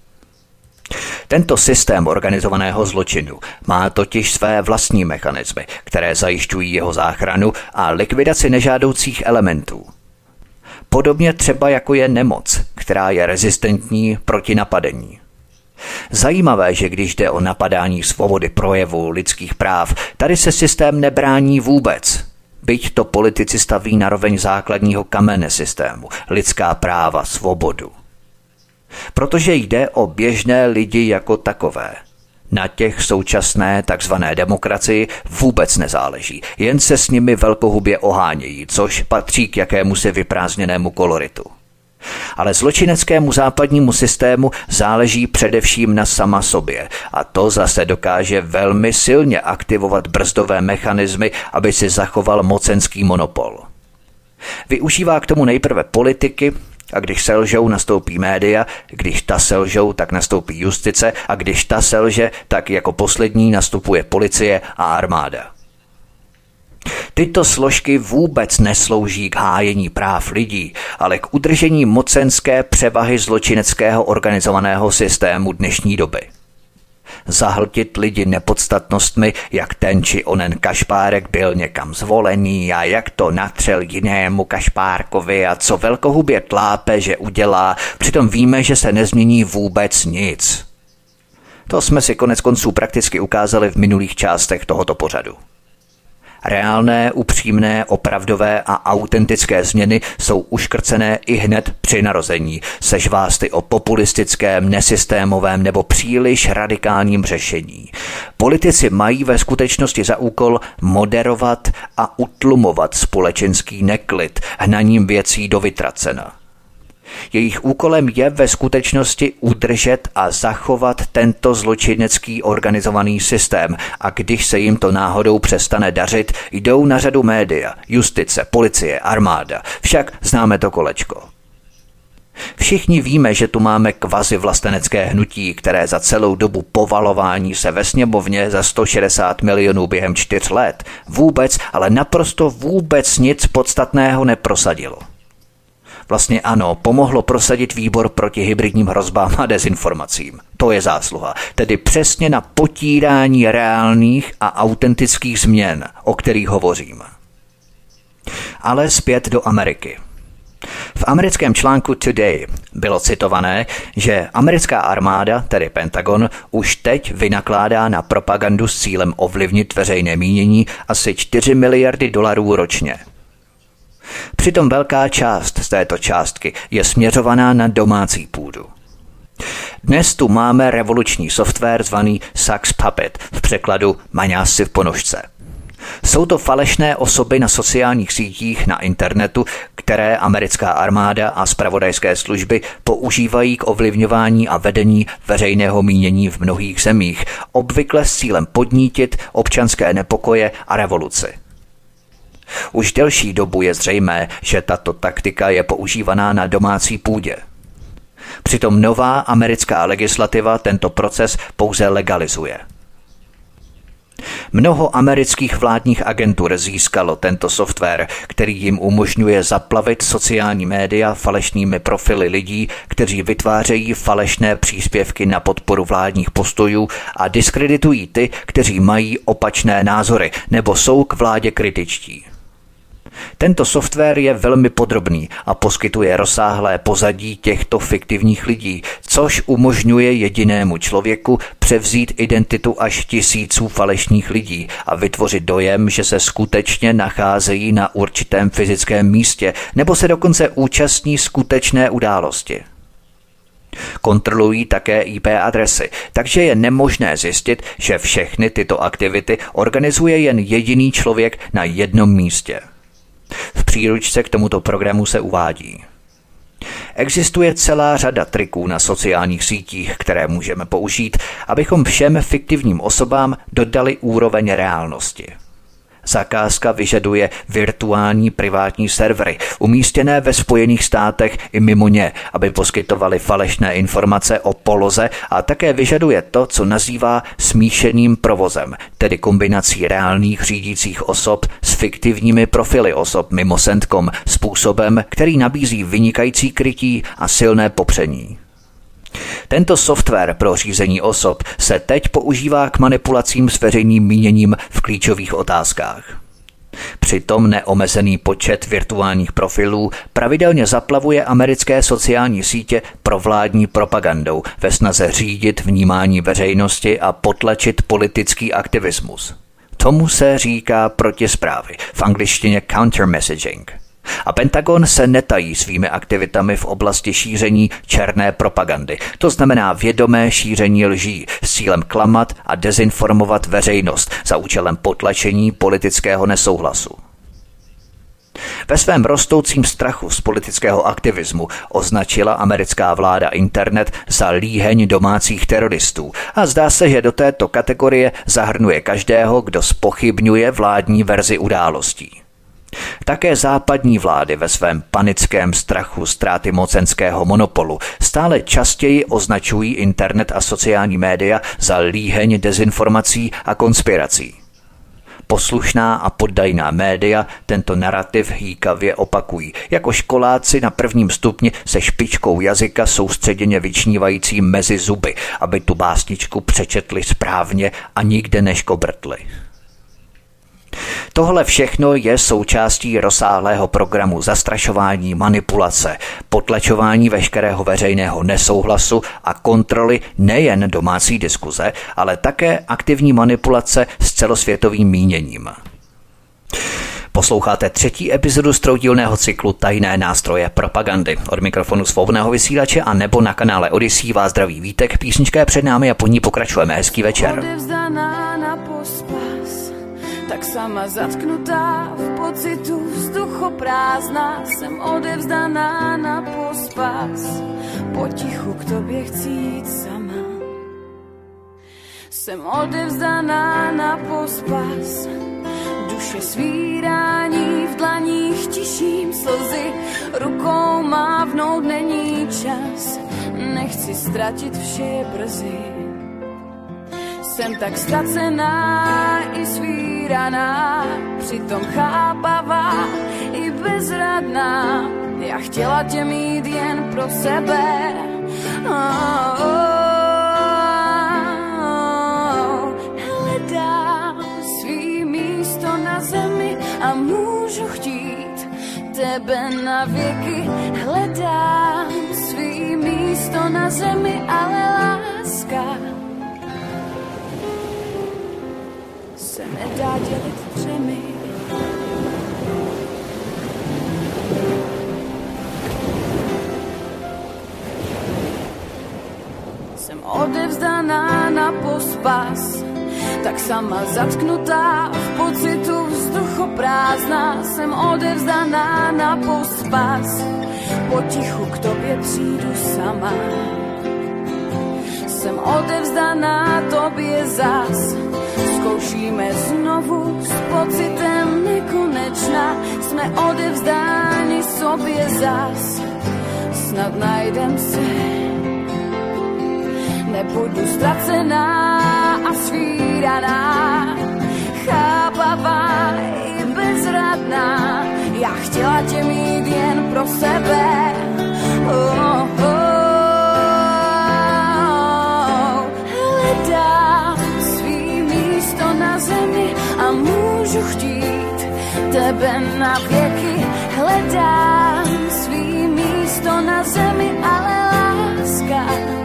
Tento systém organizovaného zločinu má totiž své vlastní mechanismy, které zajišťují jeho záchranu a likvidaci nežádoucích elementů. Podobně třeba jako je nemoc, která je rezistentní proti napadení. Zajímavé, že když jde o napadání svobody projevu lidských práv, tady se systém nebrání vůbec. Byť to politici staví na roveň základního kamene systému, lidská práva, svobodu. Protože jde o běžné lidi jako takové. Na těch současné takzvané demokracii vůbec nezáleží, jen se s nimi velkohubě ohánějí, což patří k jakémusi vyprázdněnému koloritu. Ale zločineckému západnímu systému záleží především na sama sobě a to zase dokáže velmi silně aktivovat brzdové mechanismy, aby si zachoval mocenský monopol. Využívá k tomu nejprve politiky, a když selžou, nastoupí média, když ta selžou, tak nastoupí justice a když ta selže, tak jako poslední nastupuje policie a armáda. Tyto složky vůbec neslouží k hájení práv lidí, ale k udržení mocenské převahy zločineckého organizovaného systému dnešní doby. Zahltit lidi nepodstatnostmi, jak ten či onen kašpárek byl někam zvolený a jak to natřel jinému kašpárkovi a co velkohubě tlápe, že udělá, přitom víme, že se nezmění vůbec nic. To jsme si koneckonců prakticky ukázali v minulých částech tohoto pořadu. Reálné, upřímné, opravdové a autentické změny jsou uškrcené i hned při narození, se žvásty o populistickém, nesystémovém nebo příliš radikálním řešení. Politici mají ve skutečnosti za úkol moderovat a utlumovat společenský neklid hnaním věcí do vytracena. Jejich úkolem je ve skutečnosti udržet a zachovat tento zločinecký organizovaný systém a když se jim to náhodou přestane dařit, jdou na řadu média, justice, policie, armáda. Však známe to kolečko. Všichni víme, že tu máme kvazi vlastenecké hnutí, které za celou dobu povalování se ve sněmovně za 160 milionů během 4 let vůbec, ale naprosto vůbec nic podstatného neprosadilo. Vlastně ano, pomohlo prosadit výbor proti hybridním hrozbám a dezinformacím. To je zásluha. Tedy přesně na potírání reálných a autentických změn, o kterých hovořím. Ale zpět do Ameriky. V americkém článku Today bylo citované, že americká armáda, tedy Pentagon, už teď vynakládá na propagandu s cílem ovlivnit veřejné mínění asi 4 miliardy dolarů ročně. Přitom velká část z této částky je směřovaná na domácí půdu. Dnes tu máme revoluční software zvaný Sucks Puppet, v překladu maňásy v ponožce. Jsou to falešné osoby na sociálních sítích na internetu, které americká armáda a zpravodajské služby používají k ovlivňování a vedení veřejného mínění v mnohých zemích, obvykle s cílem podnítit občanské nepokoje a revoluci. Už delší dobu je zřejmé, že tato taktika je používaná na domácí půdě. Přitom nová americká legislativa tento proces pouze legalizuje. Mnoho amerických vládních agentur získalo tento software, který jim umožňuje zaplavit sociální média falešnými profily lidí, kteří vytvářejí falešné příspěvky na podporu vládních postojů a diskreditují ty, kteří mají opačné názory nebo jsou k vládě kritičtí. Tento software je velmi podrobný a poskytuje rozsáhlé pozadí těchto fiktivních lidí, což umožňuje jedinému člověku převzít identitu až tisíců falešných lidí a vytvořit dojem, že se skutečně nacházejí na určitém fyzickém místě nebo se dokonce účastní skutečné události. Kontrolují také IP adresy, takže je nemožné zjistit, že všechny tyto aktivity organizuje jen jediný člověk na jednom místě. V příručce k tomuto programu se uvádí: existuje celá řada triků na sociálních sítích, které můžeme použít, abychom všem fiktivním osobám dodali úroveň reálnosti. Zakázka vyžaduje virtuální privátní servery, umístěné ve Spojených státech i mimo ně, aby poskytovaly falešné informace o poloze a také vyžaduje to, co nazývá smíšeným provozem, tedy kombinací reálných řídících osob s fiktivními profily osob mimo CENTCOM způsobem, který nabízí vynikající krytí a silné popření. Tento software pro řízení osob se teď používá k manipulacím s veřejným míněním v klíčových otázkách. Přitom neomezený počet virtuálních profilů pravidelně zaplavuje americké sociální sítě provládní propagandou ve snaze řídit vnímání veřejnosti a potlačit politický aktivismus. Tomu se říká protisprávy, v angličtině countermessaging. A Pentagon se netají svými aktivitami v oblasti šíření černé propagandy, to znamená vědomé šíření lží s cílem klamat a dezinformovat veřejnost za účelem potlačení politického nesouhlasu. Ve svém rostoucím strachu z politického aktivismu označila americká vláda internet za líheň domácích teroristů a zdá se, že do této kategorie zahrnuje každého, kdo zpochybňuje vládní verzi událostí. Také západní vlády ve svém panickém strachu ztráty mocenského monopolu stále častěji označují internet a sociální média za líheň dezinformací a konspirací. Poslušná a poddajná média tento narrativ hýkavě opakují, jako školáci na prvním stupni se špičkou jazyka soustředěně vyčnívající mezi zuby, aby tu básničku přečetli správně a nikde neškobrtli. Tohle všechno je součástí rozsáhlého programu zastrašování, manipulace, potlačování veškerého veřejného nesouhlasu a kontroly nejen domácí diskuze, ale také aktivní manipulace s celosvětovým míněním. Posloucháte 3. epizodu z troudílného cyklu Tajné nástroje propagandy. Od mikrofonu svobodného vysílače a nebo na kanále Odyssey vás zdraví Vítek, písnička je před námi a po ní pokračujeme. Hezký večer. tak sama zatknutá v pocitu vzduchoprázdna, jsem odevzdaná na pospas, potichu k tobě chci jít sama. Jsem odevzdaná na pospas, duše svírání v dlaních tiším slzy, rukou mávnout není čas, nechci ztratit, vše je brzy. Jsem tak ztracená i svíraná, přitom chápavá i bezradná. Já chtěla tě mít jen pro sebe. Hledám svý místo na zemi a můžu chtít tebe na věky. Hledám svý místo na zemi, ale láska se nedá dělit třemi. Jsem odevzdaná na pospas, tak sama zatknutá v pocitu vzduchoprázdna. Jsem odevzdaná na pospas, potichu k tobě přijdu sama. Jsem odevzdaná tobě zas, zkoušíme znovu s pocitem nekonečna. Jsme odevzdáni sobě zas, snad najdem se. Nebudu ztracená a svíraná, chápavá i bezradná. Já chtěla tě mít jen pro sebe. Hledám svý místo na zemi a můžu chtít tebe na věky. Hledám svý místo na zemi, ale láska.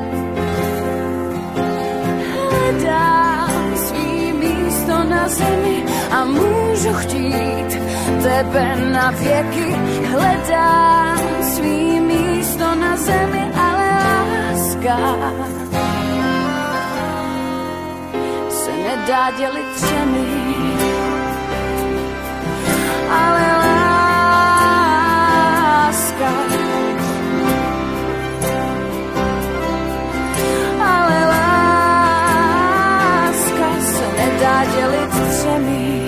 Hledám svý místo na zemi a můžu chtít tebe na věky. Hledám svý místo na zemi, ale láska se nedá dělit třemi, ale láska, ale láska se nedá dělit třemi.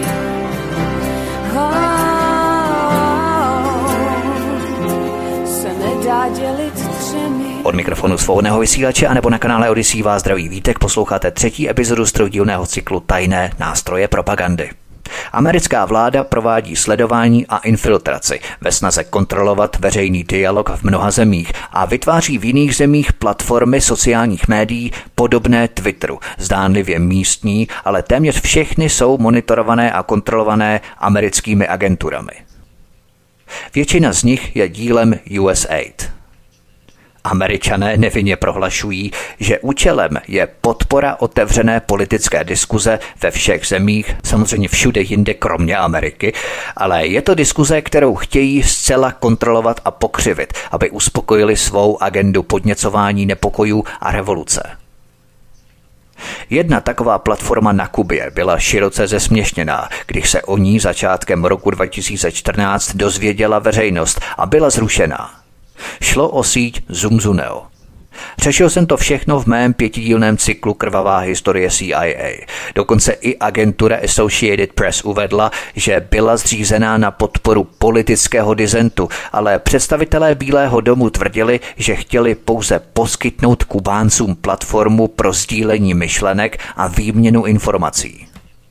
Se nedá dělit třemi. Od mikrofonu svobodného vysílače a nebo na kanále Odyssey vás zdraví Vítek, posloucháte 3. epizodu z trojdílného cyklu Tajné nástroje propagandy. Americká vláda provádí sledování a infiltraci ve snaze kontrolovat veřejný dialog v mnoha zemích a vytváří v jiných zemích platformy sociálních médií podobné Twitteru, zdánlivě místní, ale téměř všechny jsou monitorované a kontrolované americkými agenturami. Většina z nich je dílem USAID. Američané nevinně prohlašují, že účelem je podpora otevřené politické diskuze ve všech zemích, samozřejmě všude jinde kromě Ameriky, ale je to diskuze, kterou chtějí zcela kontrolovat a pokřivit, aby uspokojili svou agendu podněcování nepokojů a revoluce. Jedna taková platforma na Kubě byla široce zesměšněná, když se o ní začátkem roku 2014 dozvěděla veřejnost a byla zrušená. Šlo o síť Zoomzuneo. Řešil jsem to všechno v mém 5dílném cyklu Krvavá historie CIA. Dokonce i agentura Associated Press uvedla, že byla zřízená na podporu politického disentu, ale představitelé Bílého domu tvrdili, že chtěli pouze poskytnout Kubáncům platformu pro sdílení myšlenek a výměnu informací.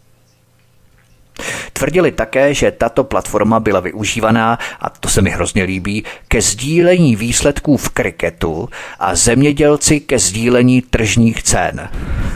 Tvrdili také, že tato platforma byla využívaná, a to se mi hrozně líbí, ke sdílení výsledků v kriketu a zemědělci ke sdílení tržních cen.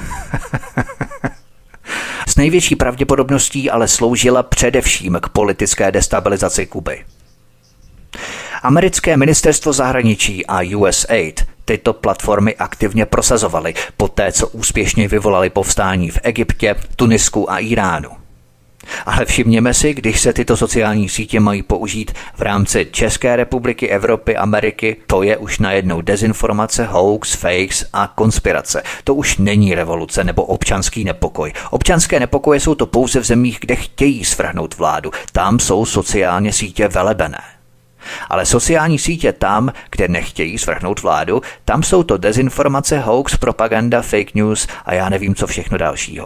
S největší pravděpodobností ale sloužila především k politické destabilizaci Kuby. Americké ministerstvo zahraničí a USAID tyto platformy aktivně prosazovaly, poté co úspěšně vyvolali povstání v Egyptě, Tunisku a Iránu. Ale všimněme si, když se tyto sociální sítě mají použít v rámci České republiky, Evropy, Ameriky, to je už najednou dezinformace, hoax, fakes a konspirace. To už není revoluce nebo občanský nepokoj. Občanské nepokoje jsou to pouze v zemích, kde chtějí svrhnout vládu. Tam jsou sociální sítě velebené. Ale sociální sítě tam, kde nechtějí svrhnout vládu, tam jsou to dezinformace, hoax, propaganda, fake news a já nevím, co všechno dalšího.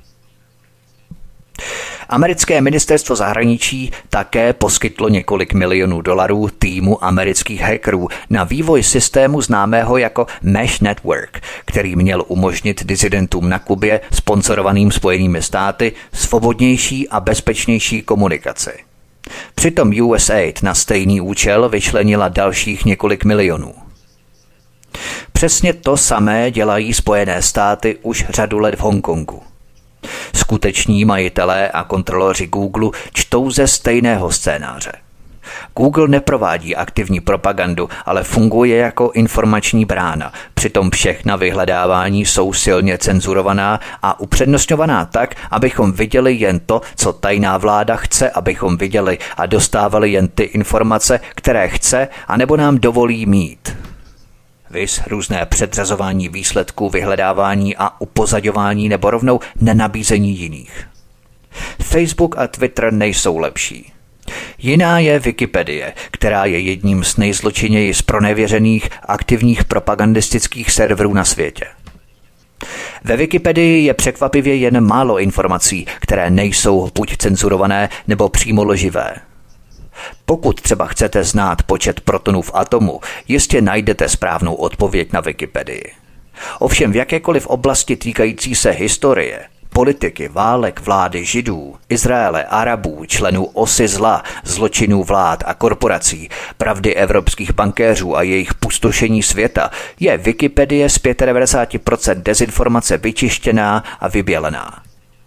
Americké ministerstvo zahraničí také poskytlo několik milionů dolarů týmu amerických hackerů na vývoj systému známého jako Mesh Network, který měl umožnit disidentům na Kubě, sponzorovaným Spojenými státy, svobodnější a bezpečnější komunikaci. Přitom USAID na stejný účel vyčlenila dalších několik milionů. Přesně to samé dělají Spojené státy už řadu let v Hongkongu. Skuteční majitelé a kontroloři Google čtou ze stejného scénáře. Google neprovádí aktivní propagandu, ale funguje jako informační brána. Přitom všechna vyhledávání jsou silně cenzurovaná a upřednostňovaná tak, abychom viděli jen to, co tajná vláda chce, abychom viděli a dostávali jen ty informace, které chce, anebo nám dovolí mít. Viz různé předřazování výsledků, vyhledávání a upozaďování nebo rovnou nenabízení jiných. Facebook a Twitter nejsou lepší. Jiná je Wikipedie, která je jedním z nejzločinněji zpronevěřených aktivních propagandistických serverů na světě. Ve Wikipedii je překvapivě jen málo informací, které nejsou buď cenzurované nebo přímo lživé. Pokud třeba chcete znát počet protonů v atomu, jistě najdete správnou odpověď na Wikipedii. Ovšem v jakékoliv oblasti týkající se historie, politiky, válek, vlády Židů, Izraele, Arabů, členů osy zla, zločinů vlád a korporací, pravdy evropských bankéřů a jejich pustošení světa, je Wikipedie z 95% dezinformace vyčištěná a vybělená.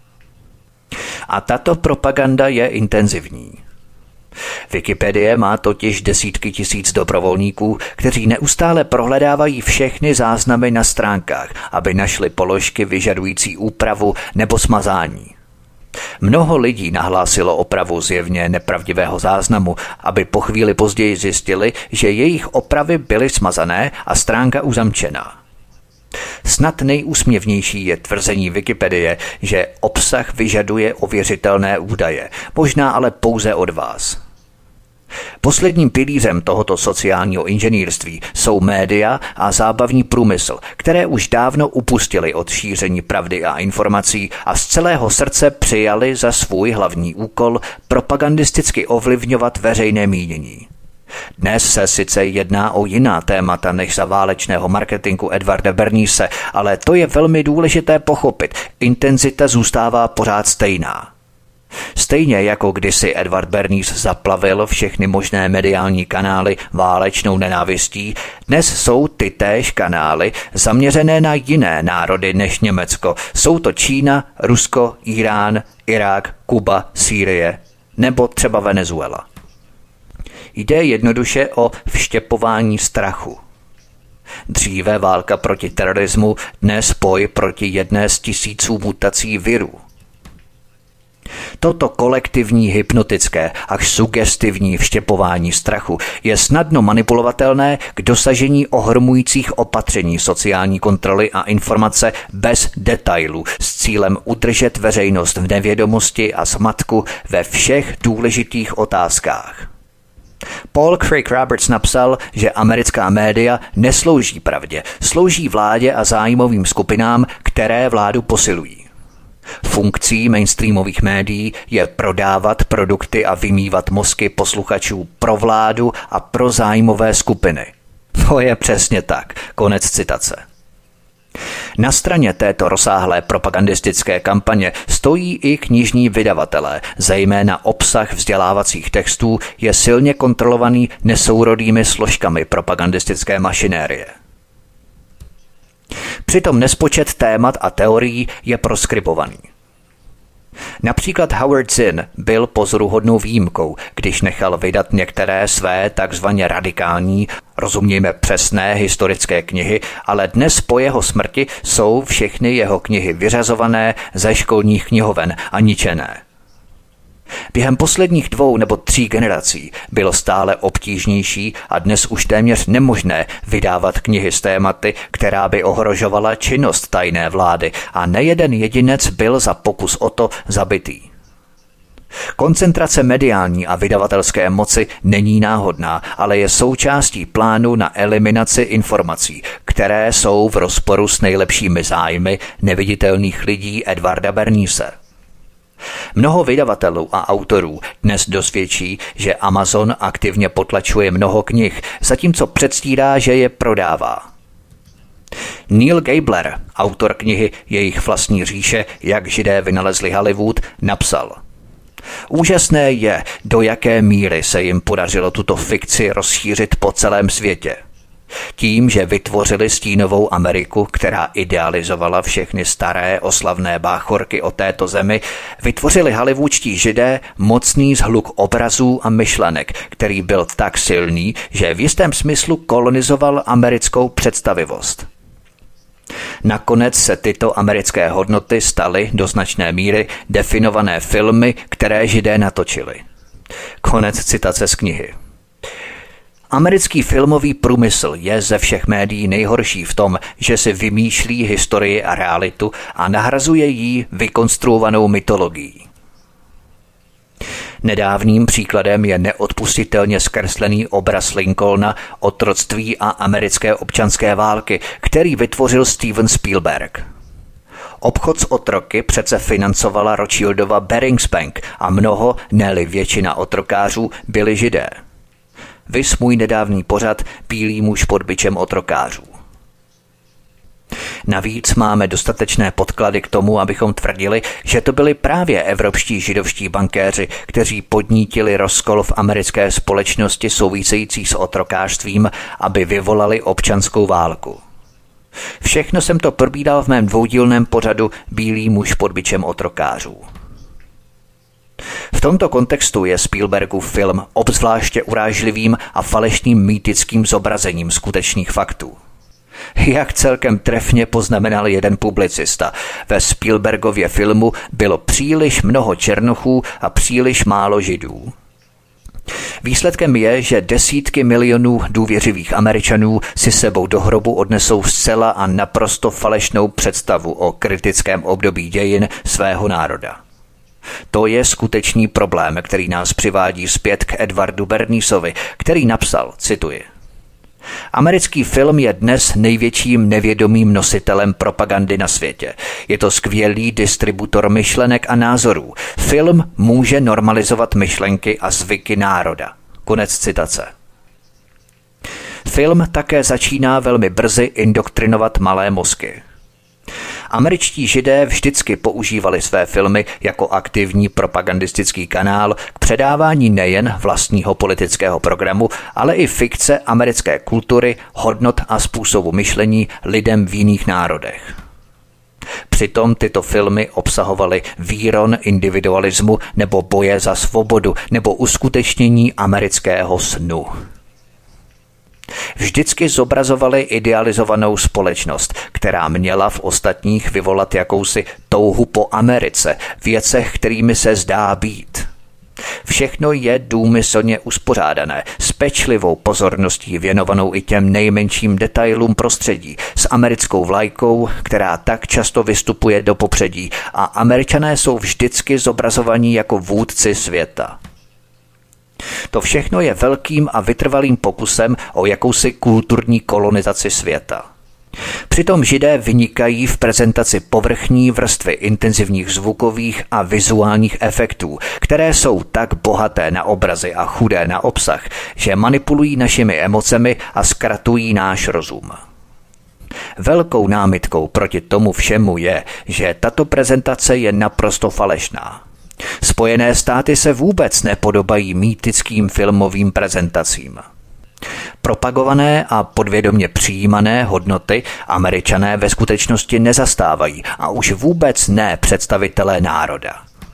A tato propaganda je intenzivní. Wikipedie má totiž desítky tisíc dobrovolníků, kteří neustále prohledávají všechny záznamy na stránkách, aby našli položky vyžadující úpravu nebo smazání. Mnoho lidí nahlásilo opravu zjevně nepravdivého záznamu, aby po chvíli později zjistili, že jejich opravy byly smazané a stránka uzamčená. Snad nejúsměvnější je tvrzení Wikipedie, že obsah vyžaduje ověřitelné údaje, možná ale pouze od vás. Posledním pilířem tohoto sociálního inženýrství jsou média a zábavní průmysl, které už dávno upustili od šíření pravdy a informací a z celého srdce přijali za svůj hlavní úkol propagandisticky ovlivňovat veřejné mínění. Dnes se sice jedná o jiná témata než za válečného marketingu Edwarda Bernaise, ale to je velmi důležité pochopit. Intenzita zůstává pořád stejná. Stejně jako kdysi Edward Bernays zaplavil všechny možné mediální kanály válečnou nenávistí, dnes jsou ty též kanály zaměřené na jiné národy než Německo. Jsou to Čína, Rusko, Irán, Irák, Kuba, Sýrie nebo třeba Venezuela. Jde jednoduše o vštěpování strachu. Dříve válka proti terorismu, dnes boj proti jedné z tisíců mutací virů. Toto kolektivní hypnotické až sugestivní vštěpování strachu je snadno manipulovatelné k dosažení ohromujících opatření sociální kontroly a informace bez detailů s cílem udržet veřejnost v nevědomosti a zmatku ve všech důležitých otázkách. Paul Craig Roberts napsal, že americká média neslouží pravdě, slouží vládě a zájmovým skupinám, které vládu posilují. Funkcí mainstreamových médií je prodávat produkty a vymývat mozky posluchačů pro vládu a pro zájmové skupiny. To je přesně tak. Konec citace. Na straně této rozsáhlé propagandistické kampaně stojí i knižní vydavatelé, zejména obsah vzdělávacích textů je silně kontrolovaný nesourodými složkami propagandistické mašinérie. Přitom nespočet témat a teorií je proskribovaný. Například Howard Zinn byl pozoruhodnou výjimkou, když nechal vydat některé své takzvaně radikální, rozumějme přesné historické knihy, ale dnes po jeho smrti jsou všechny jeho knihy vyřazované ze školních knihoven a ničené. Během posledních 2 nebo 3 generací bylo stále obtížnější a dnes už téměř nemožné vydávat knihy s tématy, která by ohrožovala činnost tajné vlády a nejeden jedinec byl za pokus o to zabitý. Koncentrace mediální a vydavatelské moci není náhodná, ale je součástí plánu na eliminaci informací, které jsou v rozporu s nejlepšími zájmy neviditelných lidí Edwarda Bernaise. Mnoho vydavatelů a autorů dnes dosvědčí, že Amazon aktivně potlačuje mnoho knih, zatímco předstírá, že je prodává. Neil Gabler, autor knihy Jejich vlastní říše, jak Židé vynalezli Hollywood, napsal: Úžasné je, do jaké míry se jim podařilo tuto fikci rozšířit po celém světě. Tím, že vytvořili stínovou Ameriku, která idealizovala všechny staré oslavné báchorky o této zemi, vytvořili hollywoodští Židé mocný shluk obrazů a myšlenek, který byl tak silný, že v jistém smyslu kolonizoval americkou představivost. Nakonec se tyto americké hodnoty staly do značné míry definované filmy, které Židé natočili. Konec citace z knihy. Americký filmový průmysl je ze všech médií nejhorší v tom, že si vymýšlí historii a realitu a nahrazuje ji vykonstruovanou mytologií. Nedávným příkladem je neodpustitelně zkreslený obraz Lincolna, otroctví a americké občanské války, který vytvořil Steven Spielberg. Obchod s otroky přece financovala Rothschildova Barings Bank a mnoho, ne-li většina otrokářů, byli Židé. Viz můj nedávný pořad Bílý muž pod bičem otrokářů. Navíc máme dostatečné podklady k tomu, abychom tvrdili, že to byli právě evropští židovští bankéři, kteří podnítili rozkol v americké společnosti související s otrokářstvím, aby vyvolali občanskou válku. Všechno jsem to probídal v mém dvoudílném pořadu Bílý muž pod bičem otrokářů. V tomto kontextu je Spielbergův film obzvláště urážlivým a falešným mýtickým zobrazením skutečných faktů. Jak celkem trefně poznamenal jeden publicista, ve Spielbergově filmu bylo příliš mnoho černochů a příliš málo Židů. Výsledkem je, že desítky milionů důvěřivých Američanů si sebou do hrobu odnesou zcela a naprosto falešnou představu o kritickém období dějin svého národa. To je skutečný problém, který nás přivádí zpět k Edwardu Bernaisovi, který napsal, cituji: Americký film je dnes největším nevědomým nositelem propagandy na světě. Je to skvělý distributor myšlenek a názorů. Film může normalizovat myšlenky a zvyky národa. Konec citace. Film také začíná velmi brzy indoktrinovat malé mozky. Američtí Židé vždycky používali své filmy jako aktivní propagandistický kanál k předávání nejen vlastního politického programu, ale i fikce americké kultury, hodnot a způsobu myšlení lidem v jiných národech. Přitom tyto filmy obsahovaly výron individualismu nebo boje za svobodu nebo uskutečnění amerického snu. Vždycky zobrazovali idealizovanou společnost, která měla v ostatních vyvolat jakousi touhu po Americe, věcech, kterými se zdá být. Všechno je důmyslně uspořádané, s pečlivou pozorností věnovanou i těm nejmenším detailům prostředí, s americkou vlajkou, která tak často vystupuje do popředí, a Američané jsou vždycky zobrazovaní jako vůdci světa. To všechno je velkým a vytrvalým pokusem o jakousi kulturní kolonizaci světa. Přitom Židé vynikají v prezentaci povrchní vrstvy intenzivních zvukových a vizuálních efektů, které jsou tak bohaté na obrazy a chudé na obsah, že manipulují našimi emocemi a zkratují náš rozum. Velkou námitkou proti tomu všemu je, že tato prezentace je naprosto falešná. Spojené státy se vůbec nepodobají mýtickým filmovým prezentacím. Propagované a podvědomě přijímané hodnoty Američané ve skutečnosti nezastávají a už vůbec ne představitelé národa.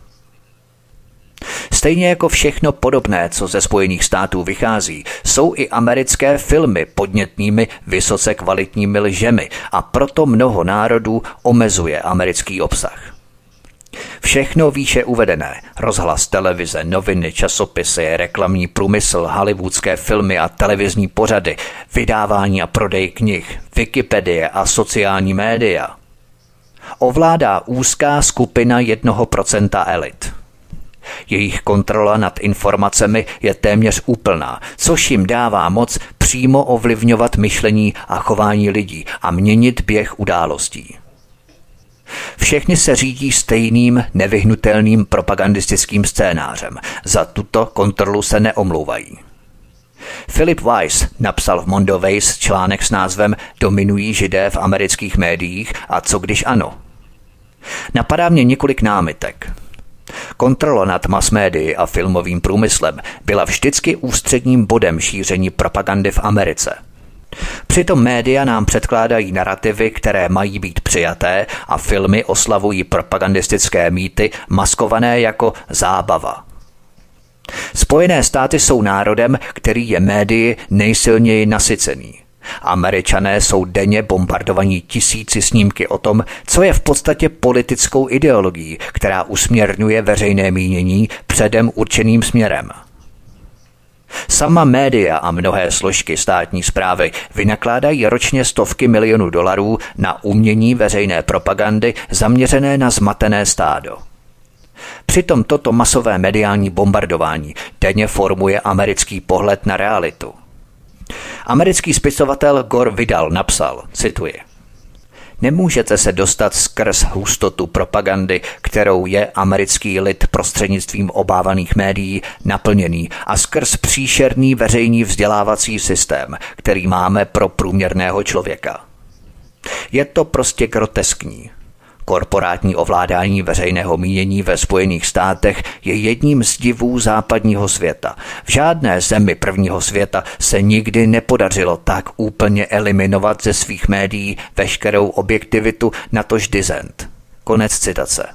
Stejně jako všechno podobné, co ze Spojených států vychází, jsou i americké filmy podnětnými, vysoce kvalitními lžemi a proto mnoho národů omezuje americký obsah. Všechno výše uvedené, rozhlas, televize, noviny, časopisy, reklamní průmysl, hollywoodské filmy a televizní pořady, vydávání a prodej knih, Wikipedie a sociální média, ovládá úzká skupina 1% elit. Jejich kontrola nad informacemi je téměř úplná, což jim dává moc přímo ovlivňovat myšlení a chování lidí a měnit běh událostí. Všechny se řídí stejným nevyhnutelným propagandistickým scénářem. Za tuto kontrolu se neomlouvají. Philip Weiss napsal v Mondoways článek s názvem Dominují Židé v amerických médiích a co když ano? Napadá mě několik námitek. Kontrola nad masmédii a filmovým průmyslem byla vždycky ústředním bodem šíření propagandy v Americe. Přitom média nám předkládají narativy, které mají být přijaté a filmy oslavují propagandistické mýty maskované jako zábava. Spojené státy jsou národem, který je médii nejsilněji nasycený. Američané jsou denně bombardovaní tisíci snímky o tom, co je v podstatě politickou ideologií, která usměrňuje veřejné mínění předem určeným směrem. Sama média a mnohé složky státní správy vynakládají ročně stovky milionů dolarů na umění veřejné propagandy zaměřené na zmatené stádo. Přitom toto masové mediální bombardování denně formuje americký pohled na realitu. Americký spisovatel Gore Vidal napsal, cituji: Nemůžete se dostat skrz hustotu propagandy, kterou je americký lid prostřednictvím obávaných médií naplněný a skrz příšerný veřejný vzdělávací systém, který máme pro průměrného člověka. Je to prostě groteskní. Korporátní ovládání veřejného mínění ve Spojených státech je jedním z divů západního světa. V žádné zemi prvního světa se nikdy nepodařilo tak úplně eliminovat ze svých médií veškerou objektivitu, natož dissent. Konec citace.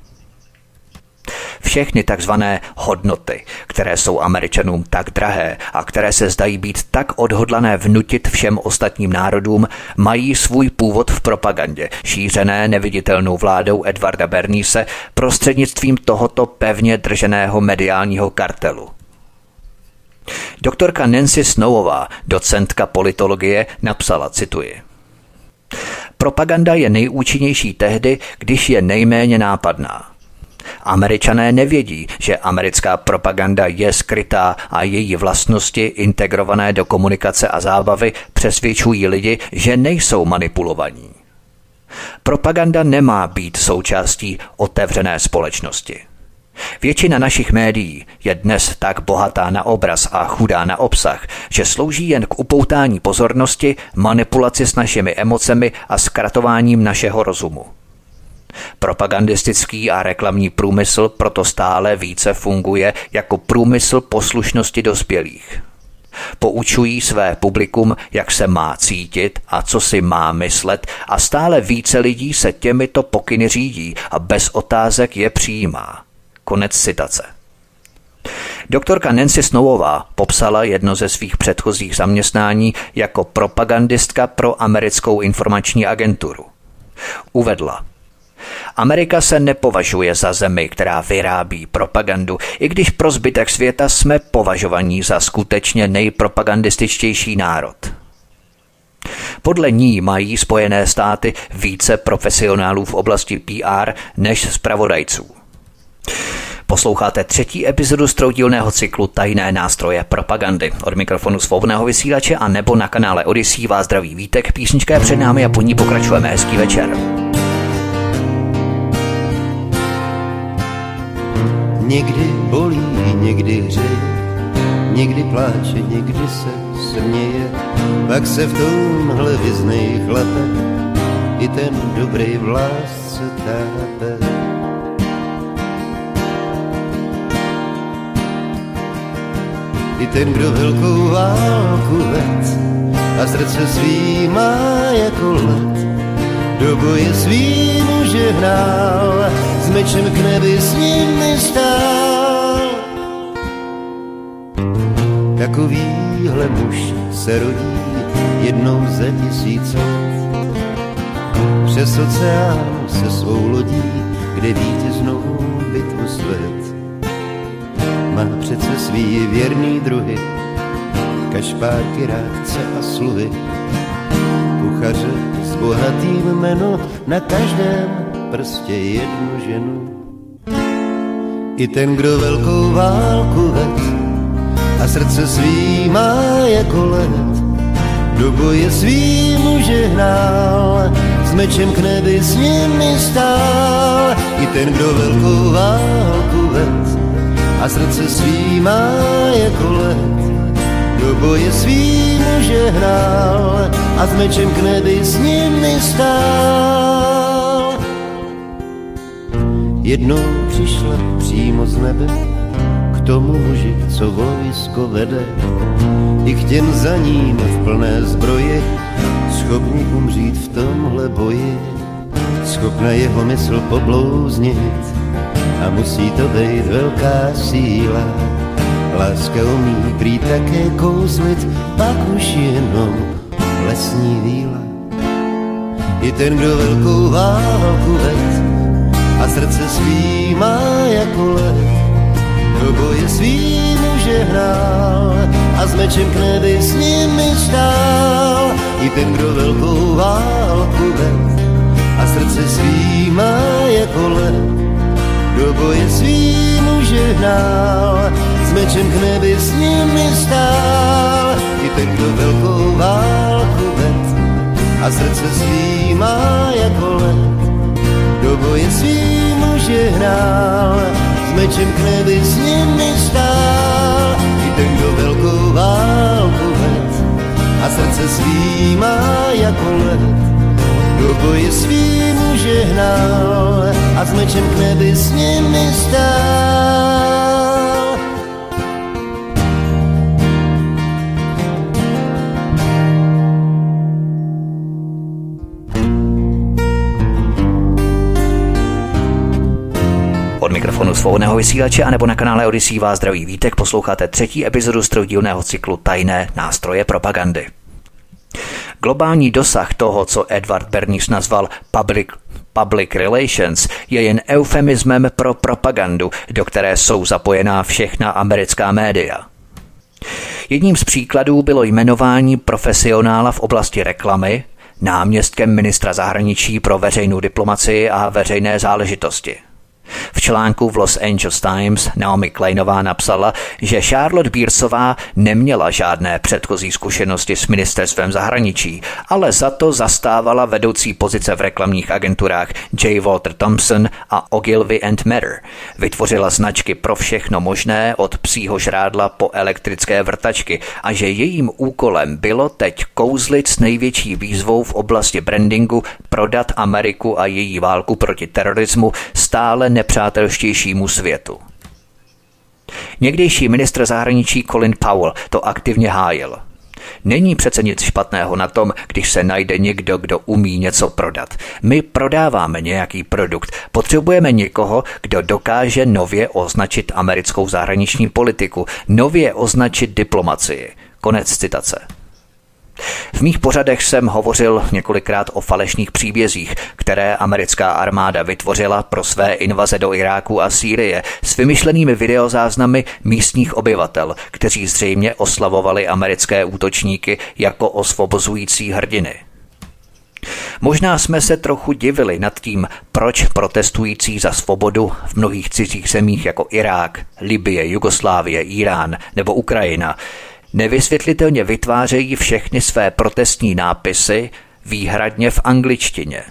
Všechny takzvané hodnoty, které jsou Američanům tak drahé a které se zdají být tak odhodlané vnutit všem ostatním národům, mají svůj původ v propagandě, šířené neviditelnou vládou Edwarda Bernice prostřednictvím tohoto pevně drženého mediálního kartelu. Doktorka Nancy Snowová, docentka politologie, napsala, cituji: Propaganda je nejúčinnější tehdy, když je nejméně nápadná. Američané nevědí, že americká propaganda je skrytá a její vlastnosti integrované do komunikace a zábavy přesvědčují lidi, že nejsou manipulovaní. Propaganda nemá být součástí otevřené společnosti. Většina našich médií je dnes tak bohatá na obraz a chudá na obsah, že slouží jen k upoutání pozornosti, manipulaci s našimi emocemi a zkratováním našeho rozumu. Propagandistický a reklamní průmysl proto stále více funguje jako průmysl poslušnosti dospělých. Poučují své publikum, jak se má cítit a co si má myslet, a stále více lidí se těmito pokyny řídí a bez otázek je přijímá. Konec citace. Doktorka Nancy Snowová popsala jedno ze svých předchozích zaměstnání jako propagandistka pro americkou informační agenturu. Uvedla: Amerika se nepovažuje za zemi, která vyrábí propagandu, i když pro zbytek světa jsme považovaní za skutečně nejpropagandističtější národ. Podle ní mají Spojené státy více profesionálů v oblasti PR než zpravodajců. Posloucháte 3. epizodu ztroudílného cyklu Tajné nástroje propagandy. Od mikrofonu Svobodného vysílače a nebo na kanále Odyssey vás zdraví Vítek, písnička je před námi a po ní pokračujeme. Hezký večer. Někdy bolí, někdy hřeje, někdy pláče, někdy se směje, pak se v tomhle vyznej chlape, i ten dobrý v lásce tápe. I ten, kdo velkou válku ved a srdce svý má jako led, do boje svým muže hnal, s mečem k nebi s nimi stál. Takovýhle muž se rodí jednou za 1000 let. Přes oceán se svou lodí k kde vítěznou bitvu svět. Má přece svý věrný druhy, kašpárky, rádce a sluhy, kuchaře s bohatým jméno, na každém prstě jednu ženu. I ten, kdo velkou válku ved a srdce svý má jako led, do boje svý muže hnal, s mečem k nebi s nimi stál. I ten, kdo velkou válku ved a srdce svý má jako led, do boje svý muže hnal a s mečem k nebi s nimi stál. Jednou přišla přímo z nebe k tomu muži, co vojsko vede, i k těm za ním v plné zbroji, schopni umřít v tomhle boji, schopna jeho mysl poblouznit, a musí to být velká síla. Láska umí prý také kouzlit, pak už jenom lesní víla. I ten, kdo velkou válku ved a srdce svý má jako led, do boje svý muže hnal a s mečem k nebi s nimi stál. I ten, kdo velkou válku ved a srdce svý má jako led, do boje svý muže hnal, s mečem k nebi s nimi stál. I ten, kdo velkou válku ved a srdce svý má jako led, do boje svý muže hnal, s mečem k nebi s nimi stál. I ten, kdo velkou válku ved a srdce svý má jako led, do boje svý muže hnal a s mečem k nebi s nimi stál. Od mikrofonu svobodného vysílače anebo na kanále Odyssey vás zdraví Vítek, posloucháte 3. epizodu z trojdílného cyklu Tajné nástroje propagandy. Globální dosah toho, co Edward Bernays nazval public relations, je jen eufemismem pro propagandu, do které jsou zapojená všechna americká média. Jedním z příkladů bylo jmenování profesionála v oblasti reklamy náměstkem ministra zahraničí pro veřejnou diplomacii a veřejné záležitosti. V článku v Los Angeles Times Naomi Kleinová napsala, že Charlotte Beersová neměla žádné předchozí zkušenosti s ministerstvem zahraničí, ale za to zastávala vedoucí pozice v reklamních agenturách J. Walter Thompson a Ogilvy and Mather. Vytvořila značky pro všechno možné od psího žrádla po elektrické vrtačky a že jejím úkolem bylo teď kouzlit s největší výzvou v oblasti brandingu prodat Ameriku a její válku proti terorismu stále nepřátelštějšímu světu. Někdejší ministr zahraničí Colin Powell to aktivně hájil. Není přece nic špatného na tom, když se najde někdo, kdo umí něco prodat. My prodáváme nějaký produkt. Potřebujeme někoho, kdo dokáže nově označit americkou zahraniční politiku, nově označit diplomacii. Konec citace. V mých pořadech jsem hovořil několikrát o falešných příbězích, které americká armáda vytvořila pro své invaze do Iráku a Sýrie s vymyšlenými videozáznamy místních obyvatel, kteří zřejmě oslavovali americké útočníky jako osvobozující hrdiny. Možná jsme se trochu divili nad tím, proč protestující za svobodu v mnohých cizích zemích jako Irák, Libye, Jugoslávie, Irán nebo Ukrajina nevysvětlitelně vytvářejí všechny své protestní nápisy výhradně v angličtině.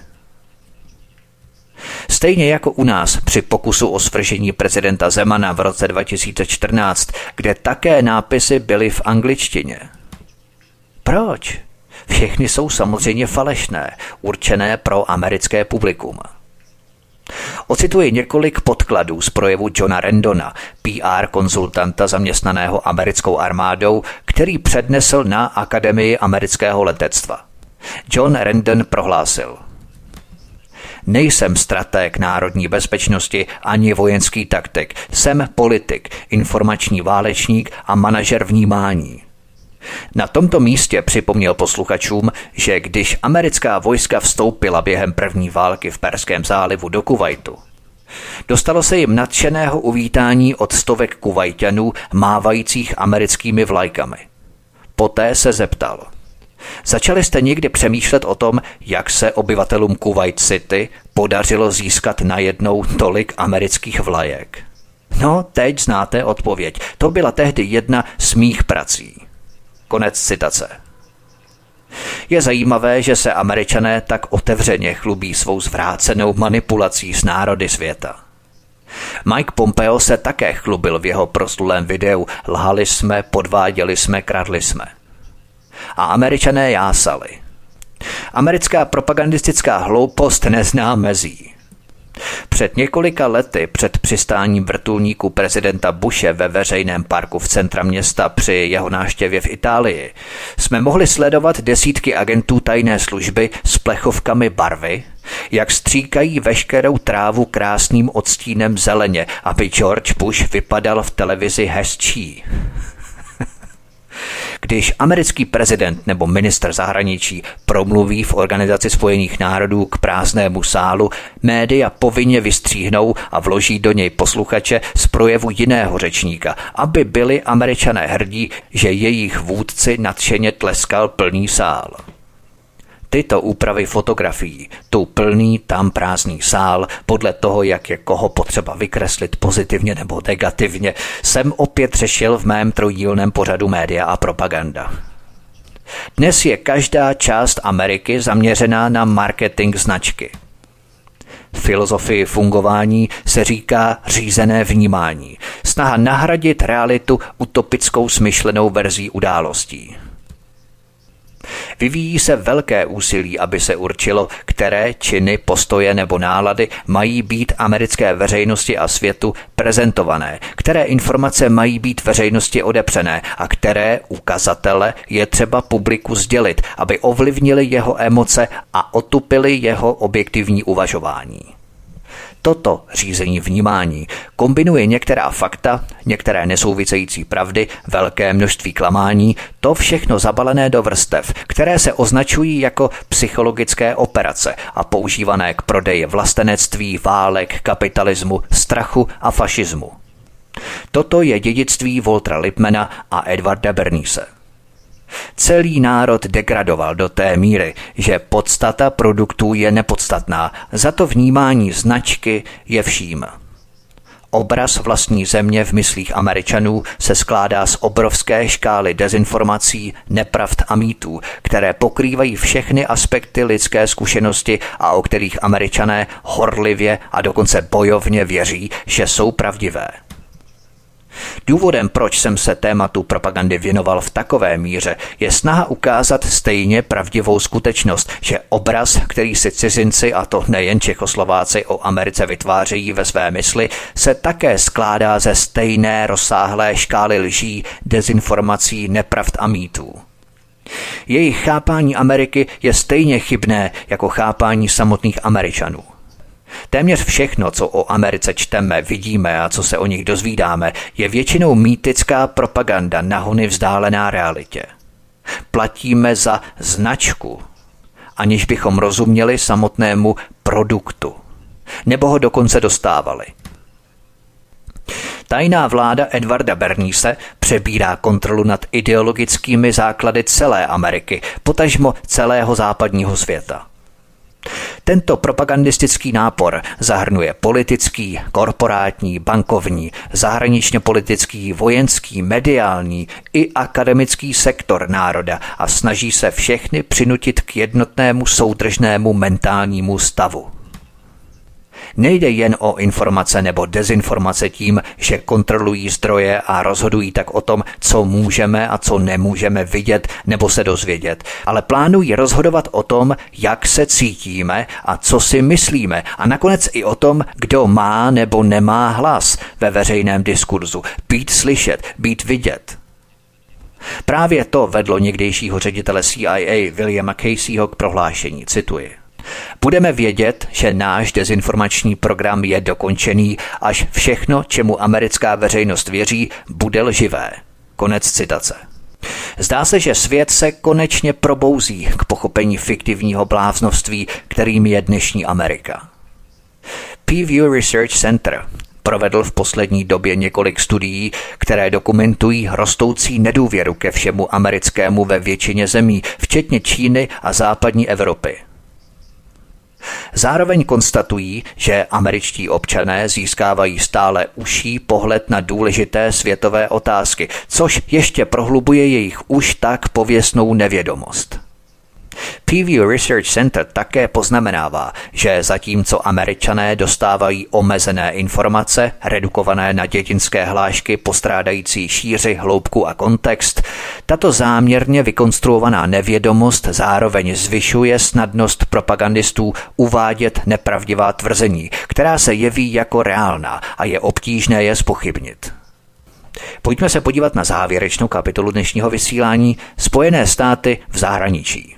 Stejně jako u nás při pokusu o svržení prezidenta Zemana v roce 2014, kde také nápisy byly v angličtině. Proč? Všechny jsou samozřejmě falešné, určené pro americké publikum. Ocituji několik podkladů z projevu Johna Randona, PR konzultanta zaměstnaného americkou armádou, který přednesl na Akademii amerického letectva. John Randon prohlásil: Nejsem stratég národní bezpečnosti ani vojenský taktik, jsem politik, informační válečník a manažer vnímání. Na tomto místě připomněl posluchačům, že když americká vojska vstoupila během první války v Perském zálivu do Kuvajtu, Dostalo se jim nadšeného uvítání od stovek Kuvajťanů mávajících americkými vlajkami. Poté se zeptal: začali jste někdy přemýšlet o tom, jak se obyvatelům Kuwait City podařilo získat najednou tolik amerických vlajek? No, teď znáte odpověď. To byla tehdy jedna z mých prací. Konec citace. Je zajímavé, že se Američané tak otevřeně chlubí svou zvrácenou manipulací s národy světa. Mike Pompeo se také chlubil v jeho proslulém videu "Lhali jsme, podváděli jsme, kradli jsme." A Američané jásali. Americká propagandistická hloupost nezná mezí. Před několika lety, před přistáním vrtulníku prezidenta Bushe ve veřejném parku v centru města při jeho návštěvě v Itálii, jsme mohli sledovat desítky agentů tajné služby s plechovkami barvy, jak stříkají veškerou trávu krásným odstínem zeleně, aby George Bush vypadal v televizi hezčí. Když americký prezident nebo ministr zahraničí promluví v Organizaci spojených národů k prázdnému sálu, média povinně vystříhnou a vloží do něj posluchače z projevu jiného řečníka, aby byli Američané hrdí, že jejich vůdci nadšeně tleskal plný sál. Tyto úpravy fotografií, tu plný, tam prázdný sál, podle toho, jak je koho potřeba vykreslit pozitivně nebo negativně, jsem opět řešil v mém trojdílném pořadu Média a propaganda. Dnes je každá část Ameriky zaměřená na marketing značky. Filozofii fungování se říká řízené vnímání, snaha nahradit realitu utopickou smyšlenou verzí událostí. Vyvíjí se velké úsilí, aby se určilo, které činy, postoje nebo nálady mají být americké veřejnosti a světu prezentované, které informace mají být veřejnosti odepřené a které ukazatele je třeba publiku sdělit, aby ovlivnili jeho emoce a otupili jeho objektivní uvažování. Toto řízení vnímání kombinuje některá fakta, některé nesouvisející pravdy, velké množství klamání, to všechno zabalené do vrstev, které se označují jako psychologické operace a používané k prodeji vlastenectví, válek, kapitalismu, strachu a fašismu. Toto je dědictví Waltera Lippmana a Edwarda Bernaise. Celý národ degradoval do té míry, že podstata produktů je nepodstatná, za to vnímání značky je vším. Obraz vlastní země v myslích Američanů se skládá z obrovské škály dezinformací, nepravd a mýtů, které pokrývají všechny aspekty lidské zkušenosti a o kterých Američané horlivě a dokonce bojovně věří, že jsou pravdivé. Důvodem, proč jsem se tématu propagandy věnoval v takové míře, je snaha ukázat stejně pravdivou skutečnost, že obraz, který si cizinci, a to nejen Čechoslováci, o Americe vytvářejí ve své mysli, se také skládá ze stejné rozsáhlé škály lží, dezinformací, nepravd a mýtů. Jejich chápání Ameriky je stejně chybné jako chápání samotných Američanů. Téměř všechno, co o Americe čteme, vidíme a co se o nich dozvídáme, je většinou mýtická propaganda nahony vzdálená realitě. Platíme za značku, aniž bychom rozuměli samotnému produktu, nebo ho dokonce dostávali. Tajná vláda Edwarda Bernaise přebírá kontrolu nad ideologickými základy celé Ameriky, potažmo celého západního světa. Tento propagandistický nápor zahrnuje politický, korporátní, bankovní, zahraničně-politický, vojenský, mediální i akademický sektor národa a snaží se všechny přinutit k jednotnému soudržnému mentálnímu stavu. Nejde jen o informace nebo dezinformace tím, že kontrolují zdroje a rozhodují tak o tom, co můžeme a co nemůžeme vidět nebo se dozvědět, ale plánují rozhodovat o tom, jak se cítíme a co si myslíme a nakonec i o tom, kdo má nebo nemá hlas ve veřejném diskurzu, být slyšet, být vidět. Právě to vedlo někdejšího ředitele CIA Williama Caseyho k prohlášení, cituji: budeme vědět, že náš dezinformační program je dokončený, až všechno, čemu americká veřejnost věří, bude lživé. Konec citace. Zdá se, že svět se konečně probouzí k pochopení fiktivního bláznovství, kterým je dnešní Amerika. Pew Research Center provedl v poslední době několik studií, které dokumentují rostoucí nedůvěru ke všemu americkému ve většině zemí, včetně Číny a západní Evropy. Zároveň konstatují, že američtí občané získávají stále užší pohled na důležité světové otázky, což ještě prohlubuje jejich už tak pověstnou nevědomost. Pew Research Center také poznamenává, že zatímco Američané dostávají omezené informace, redukované na dětinské hlášky postrádající šíři, hloubku a kontext, tato záměrně vykonstruovaná nevědomost zároveň zvyšuje snadnost propagandistů uvádět nepravdivá tvrzení, která se jeví jako reálná a je obtížné je zpochybnit. Pojďme se podívat na závěrečnou kapitolu dnešního vysílání Spojené státy v zahraničí.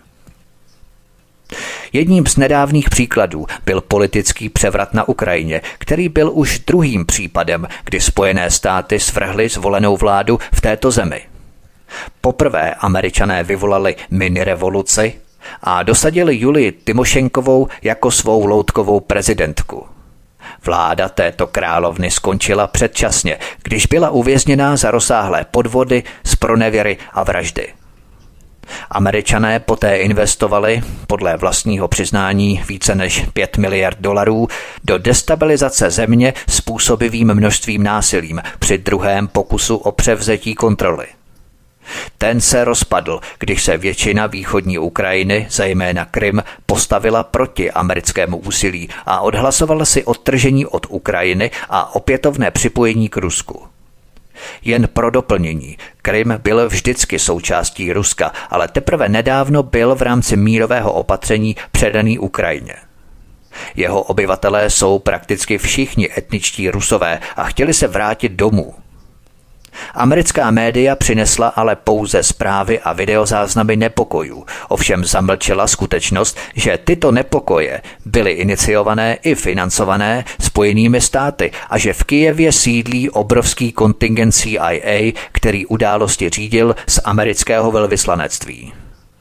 Jedním z nedávných příkladů byl politický převrat na Ukrajině, který byl už druhým případem, kdy Spojené státy svrhly zvolenou vládu v této zemi. Poprvé Američané vyvolali mini-revoluci a dosadili Julii Tymošenkovou jako svou loutkovou prezidentku. Vláda této královny skončila předčasně, když byla uvězněná za rozsáhlé podvody, zpronevěry a vraždy. Američané poté investovali, podle vlastního přiznání, více než $5 miliard do destabilizace země způsobivým množstvím násilím při druhém pokusu o převzetí kontroly. Ten se rozpadl, když se většina východní Ukrajiny, zejména Krym, postavila proti americkému úsilí a odhlasovala si odtržení od Ukrajiny a opětovné připojení k Rusku. Jen pro doplnění, Krym byl vždycky součástí Ruska, ale teprve nedávno byl v rámci mírového opatření předaný Ukrajině. Jeho obyvatelé jsou prakticky všichni etničtí Rusové a chtěli se vrátit domů. Americká média přinesla ale pouze zprávy a videozáznamy nepokojů, ovšem zamlčela skutečnost, že tyto nepokoje byly iniciované i financované Spojenými státy a že v Kyjevě sídlí obrovský kontingent CIA, který události řídil z amerického velvyslanectví.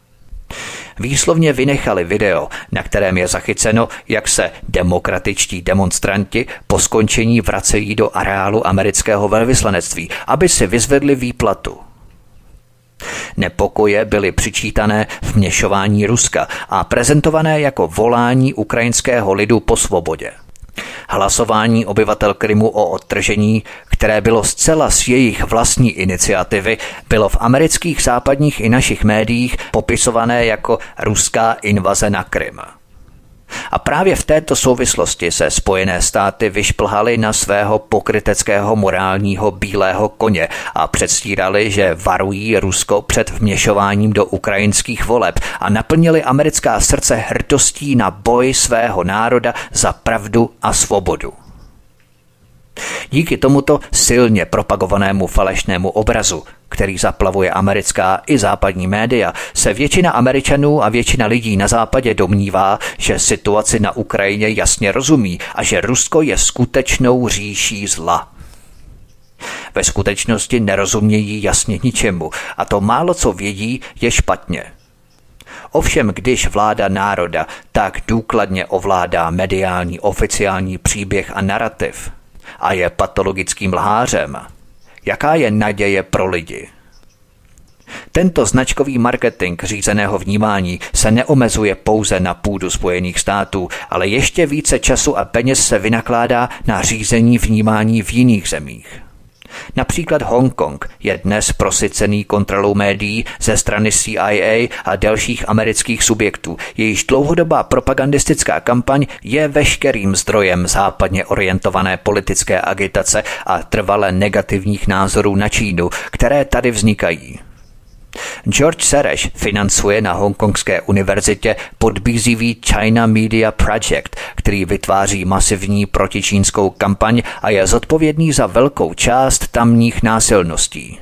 Výslovně vynechali video, na kterém je zachyceno, jak se demokratičtí demonstranti po skončení vracejí do areálu amerického velvyslanectví, aby si vyzvedli výplatu. Nepokoje byly přičítané vměšování Ruska a prezentované jako volání ukrajinského lidu po svobodě. Hlasování obyvatel Krymu o odtržení, které bylo zcela z jejich vlastní iniciativy, bylo v amerických západních i našich médiích popisované jako ruská invaze na Krym. A právě v této souvislosti se Spojené státy vyšplhaly na svého pokryteckého morálního bílého koně a předstírali, že varují Rusko před vměšováním do ukrajinských voleb a naplnili americká srdce hrdostí na boj svého národa za pravdu a svobodu. Díky tomuto silně propagovanému falešnému obrazu, který zaplavuje americká i západní média, se většina Američanů a většina lidí na západě domnívá, že situaci na Ukrajině jasně rozumí a že Rusko je skutečnou říší zla. Ve skutečnosti nerozumějí jasně ničemu a to málo co vědí je špatně. Ovšem, když vláda národa tak důkladně ovládá mediální oficiální příběh a narrativ a je patologickým lhářem, jaká je naděje pro lidi? Tento značkový marketing řízeného vnímání se neomezuje pouze na půdu Spojených států, ale ještě více času a peněz se vynakládá na řízení vnímání v jiných zemích. Například Hongkong je dnes prosycený kontrolou médií ze strany CIA a dalších amerických subjektů. Jejíž dlouhodobá propagandistická kampaň je veškerým zdrojem západně orientované politické agitace a trvale negativních názorů na Čínu, které tady vznikají. George Soros financuje na Hongkongské univerzitě podbízivý China Media Project, který vytváří masivní protičínskou kampaň a je zodpovědný za velkou část tamních násilností.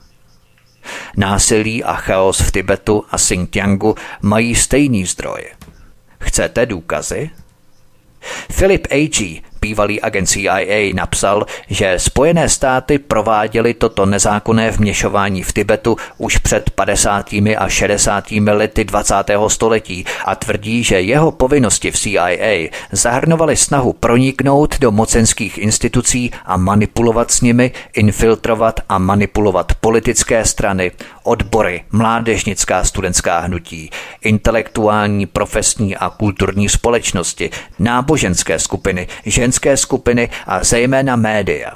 Násilí a chaos v Tibetu a Xinjiangu mají stejný zdroj. Chcete důkazy? Philip Agee, bývalý agent CIA, napsal, že Spojené státy prováděly toto nezákonné vměšování v Tibetu už před 50. a 60. lety 20. století a tvrdí, že jeho povinnosti v CIA zahrnovaly snahu proniknout do mocenských institucí a manipulovat s nimi, infiltrovat a manipulovat politické strany, odbory, mládežnická studentská hnutí, intelektuální, profesní a kulturní společnosti, náboženské skupiny, ženské skupiny a zejména média.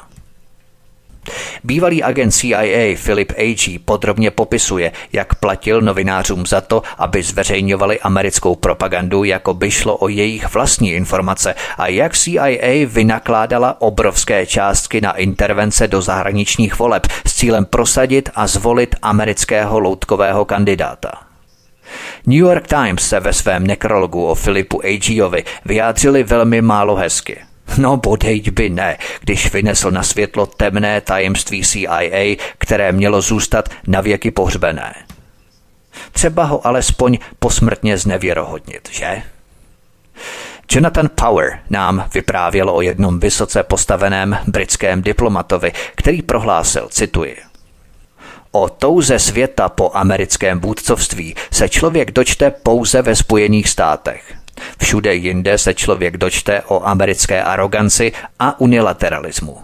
Bývalý agent CIA Philip Agee podrobně popisuje, jak platil novinářům za to, aby zveřejňovali americkou propagandu, jako by šlo o jejich vlastní informace, a jak CIA vynakládala obrovské částky na intervence do zahraničních voleb s cílem prosadit a zvolit amerického loutkového kandidáta. New York Times se ve svém nekrologu o Philipu Ageeovi vyjádřili velmi málo hezky. No bodejť by ne, když vynesl na světlo temné tajemství CIA, které mělo zůstat navěky pohřbené. Třeba ho alespoň posmrtně znevěrohodnit, že? Jonathan Power nám vyprávěl o jednom vysoce postaveném britském diplomatovi, který prohlásil, cituji: O touze světa po americkém vůdcovství se člověk dočte pouze ve Spojených státech. Všude jinde se člověk dočte o americké aroganci a unilateralismu.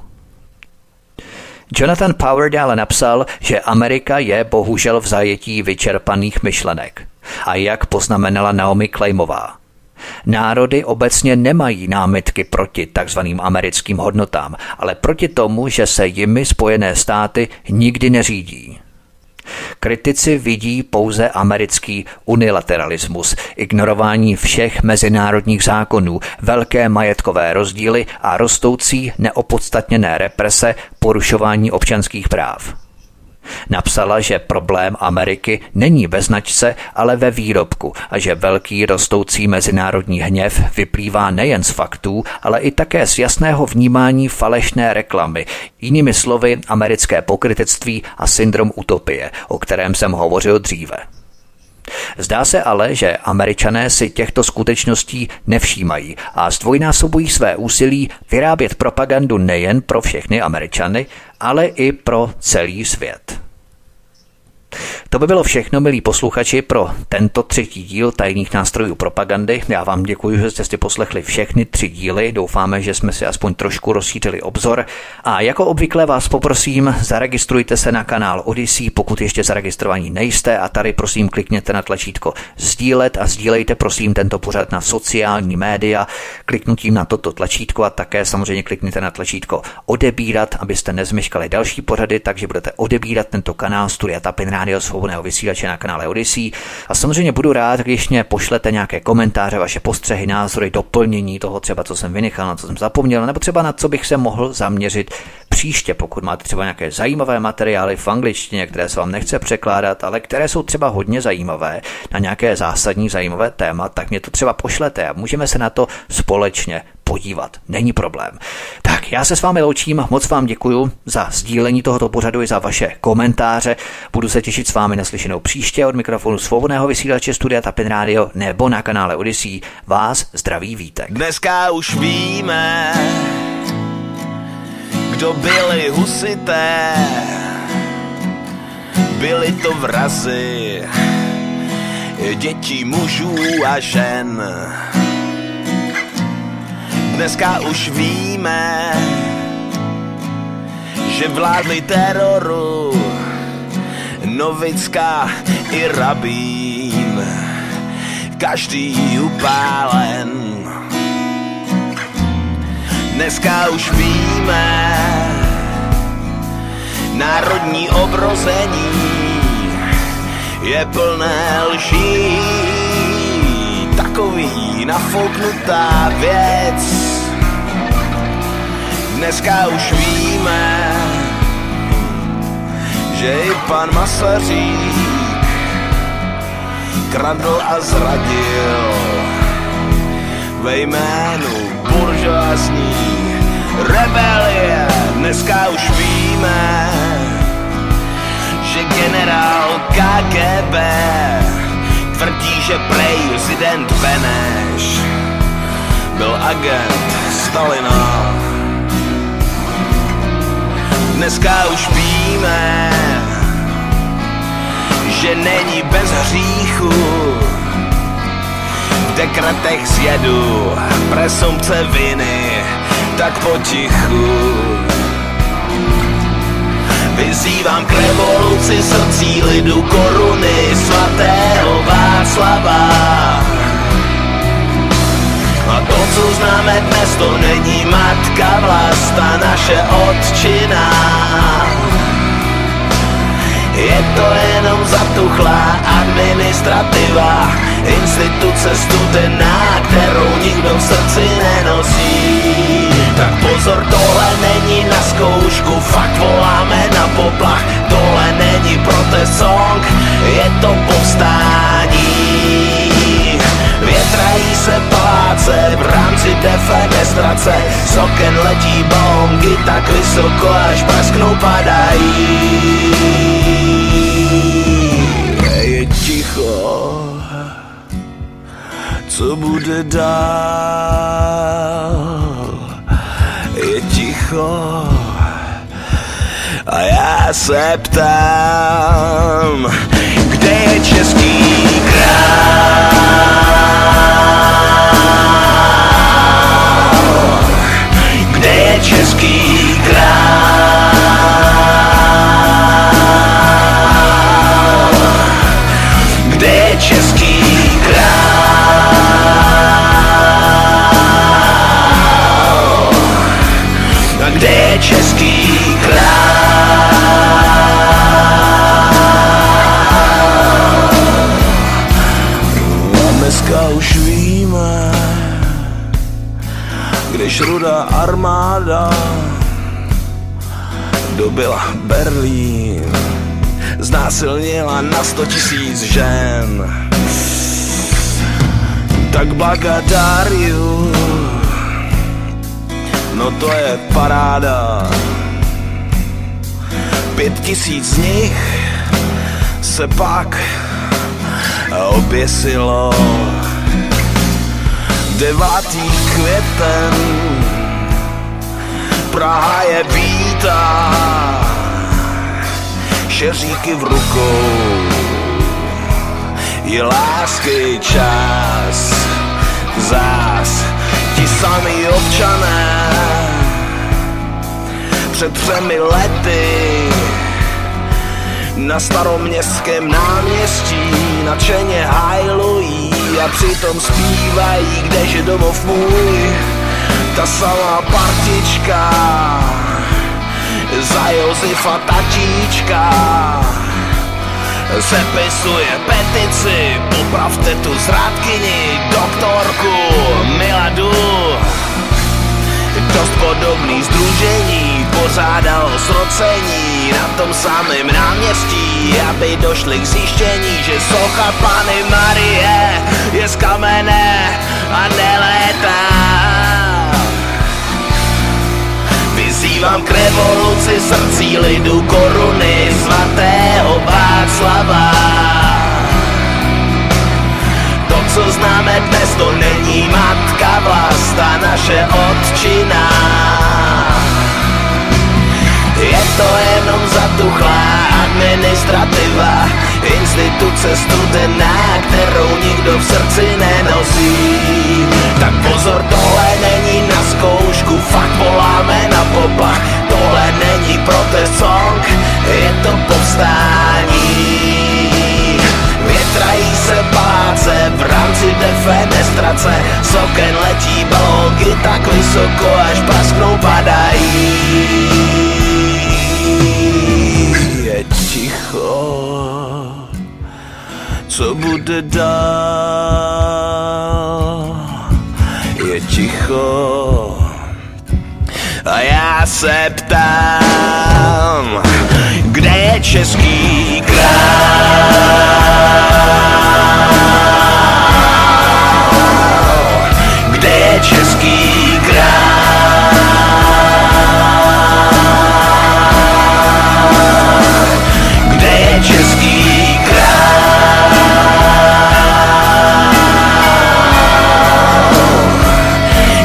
Jonathan Power dále napsal, že Amerika je bohužel v zajetí vyčerpaných myšlenek. A jak poznamenala Naomi Kleimová, národy obecně nemají námitky proti takzvaným americkým hodnotám, ale proti tomu, že se jimi Spojené státy nikdy neřídí. Kritici vidí pouze americký unilateralismus, ignorování všech mezinárodních zákonů, velké majetkové rozdíly a rostoucí neopodstatněné represe, porušování občanských práv. Napsala, že problém Ameriky není ve značce, ale ve výrobku a že velký rostoucí mezinárodní hněv vyplývá nejen z faktů, ale i také z jasného vnímání falešné reklamy, jinými slovy americké pokrytectví a syndrom utopie, o kterém jsem hovořil dříve. Zdá se ale, že Američané si těchto skutečností nevšímají a zdvojnásobují své úsilí vyrábět propagandu nejen pro všechny Američany, ale i pro celý svět. To by bylo všechno, milí posluchači, pro tento 3. díl Tajných nástrojů propagandy. Já vám děkuji, že jste si poslechli všechny 3 díly. Doufáme, že jsme si aspoň trošku rozšířili obzor. A jako obvykle vás poprosím, zaregistrujte se na kanál Odyssey, pokud ještě zaregistrovaní nejste, a tady prosím klikněte na tlačítko sdílet a sdílejte prosím tento pořad na sociální média kliknutím na toto tlačítko a také samozřejmě klikněte na tlačítko odebírat, abyste nezmeškali další pořady, takže budete odebírat tento kanál Studia Tapin Rádio Svobodného vysílače na kanále Odyssey. A samozřejmě budu rád, když mě pošlete nějaké komentáře, vaše postřehy, názory, doplnění toho třeba, co jsem vynechal, na co jsem zapomněl, nebo třeba na co bych se mohl zaměřit příště, pokud máte třeba nějaké zajímavé materiály v angličtině, které se vám nechce překládat, ale které jsou třeba hodně zajímavé, na nějaké zásadní zajímavé téma, tak mě to třeba pošlete a můžeme se na to společně podívat. Není problém. Tak, já se s vámi loučím, moc vám děkuju za sdílení tohoto pořadu i za vaše komentáře. Budu se těšit s vámi na slyšenou příště od mikrofonu Svobodného vysílače Studia Tapin Rádio nebo na kanále Odyssey. Vás zdraví Vítek. Dneska už víme, kdo byli husité. Byli to vrazi dětí, mužů a žen. Dneska už víme, že vládli teroru Novicka i Rabín, každý upálen. Dneska už víme, národní obrození je plné lží, takový nafouknutá věc. Dneska už víme, že i pan Masařík kradl a zradil ve jménu buržoazní rebelie. Dneska už víme, že generál KGB tvrdí, že prezident Beneš byl agent Stalina. Dneska už víme, že není bez hříchu. V dekretech sjedu presumpce viny tak potichu. Vyzývám k revoluci srdcí lidu koruny svatého Václava. A to, co známe dnes, to není matka vlast a naše otčina. Je to jenom zatuchlá administrativa, instituce studená, kterou nikdo v srdci nenosí. Tak pozor, tohle není na zkoušku, fakt voláme na poplach. Tohle není protest song, je to povstání. Větrají se paláce v rámci defenestrace, z oken letí bongy tak vysoko, až prasknou padají. Je ticho, co bude dál? Je ticho a já se ptám, kde je český král? Kde je český král? Kde je český král? A kde je český král? A dneska už víme, když Rudá armáda dobila Berlín, znásilnila na 100 000 žen, tak Blagadariu, no to je paráda. 5 000 z nich se pak oběsilo. 9. květen, Praha je bítá, šeříky v rukou, je lásky čas. Zás ti samí občané před 3 lety na Staroměstském náměstí nadšeně hajlují a přitom zpívají, kdeže domov můj. Ta samá partička za Josefa tatíčka sepisuje petici, popravte tu zrádkyni, doktorku Miladu. Dost podobný sdružení pořádalo srocení na tom samém náměstí, aby došli k zjištění, že socha Panny Marie je z kamene a nelétá. Vyzývám k revoluci srdcí lidu koruny svatého Václava. To, co známe dnes, to není matka vlast a naše otčina. Je to jenom zatuchlá administrativa, instituce studená, kterou nikdo v srdci nenosí. Tak pozor, tohle není na zkoušku, fakt voláme na poplach. Tohle není protest song, je to povstání. Větrají se paláce v rámci defenestrace, z oken letí balónky tak vysoko, až prasknou padají. Je ticho, co bude dál? Je ticho a já se ptám, kde je český král? Kde je český král? Kde je český král?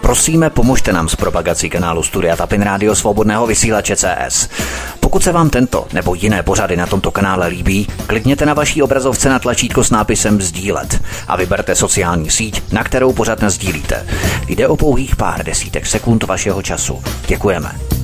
Prosíme, pomožte nám s propagací kanálu Studia Tapin Rádio Svobodného vysílače CS. Pokud se vám tento nebo jiné pořady na tomto kanále líbí, klikněte na vaší obrazovce na tlačítko s nápisem sdílet a vyberte sociální síť, na kterou pořad nasdílíte. Jde o pouhých pár desítek sekund vašeho času. Děkujeme.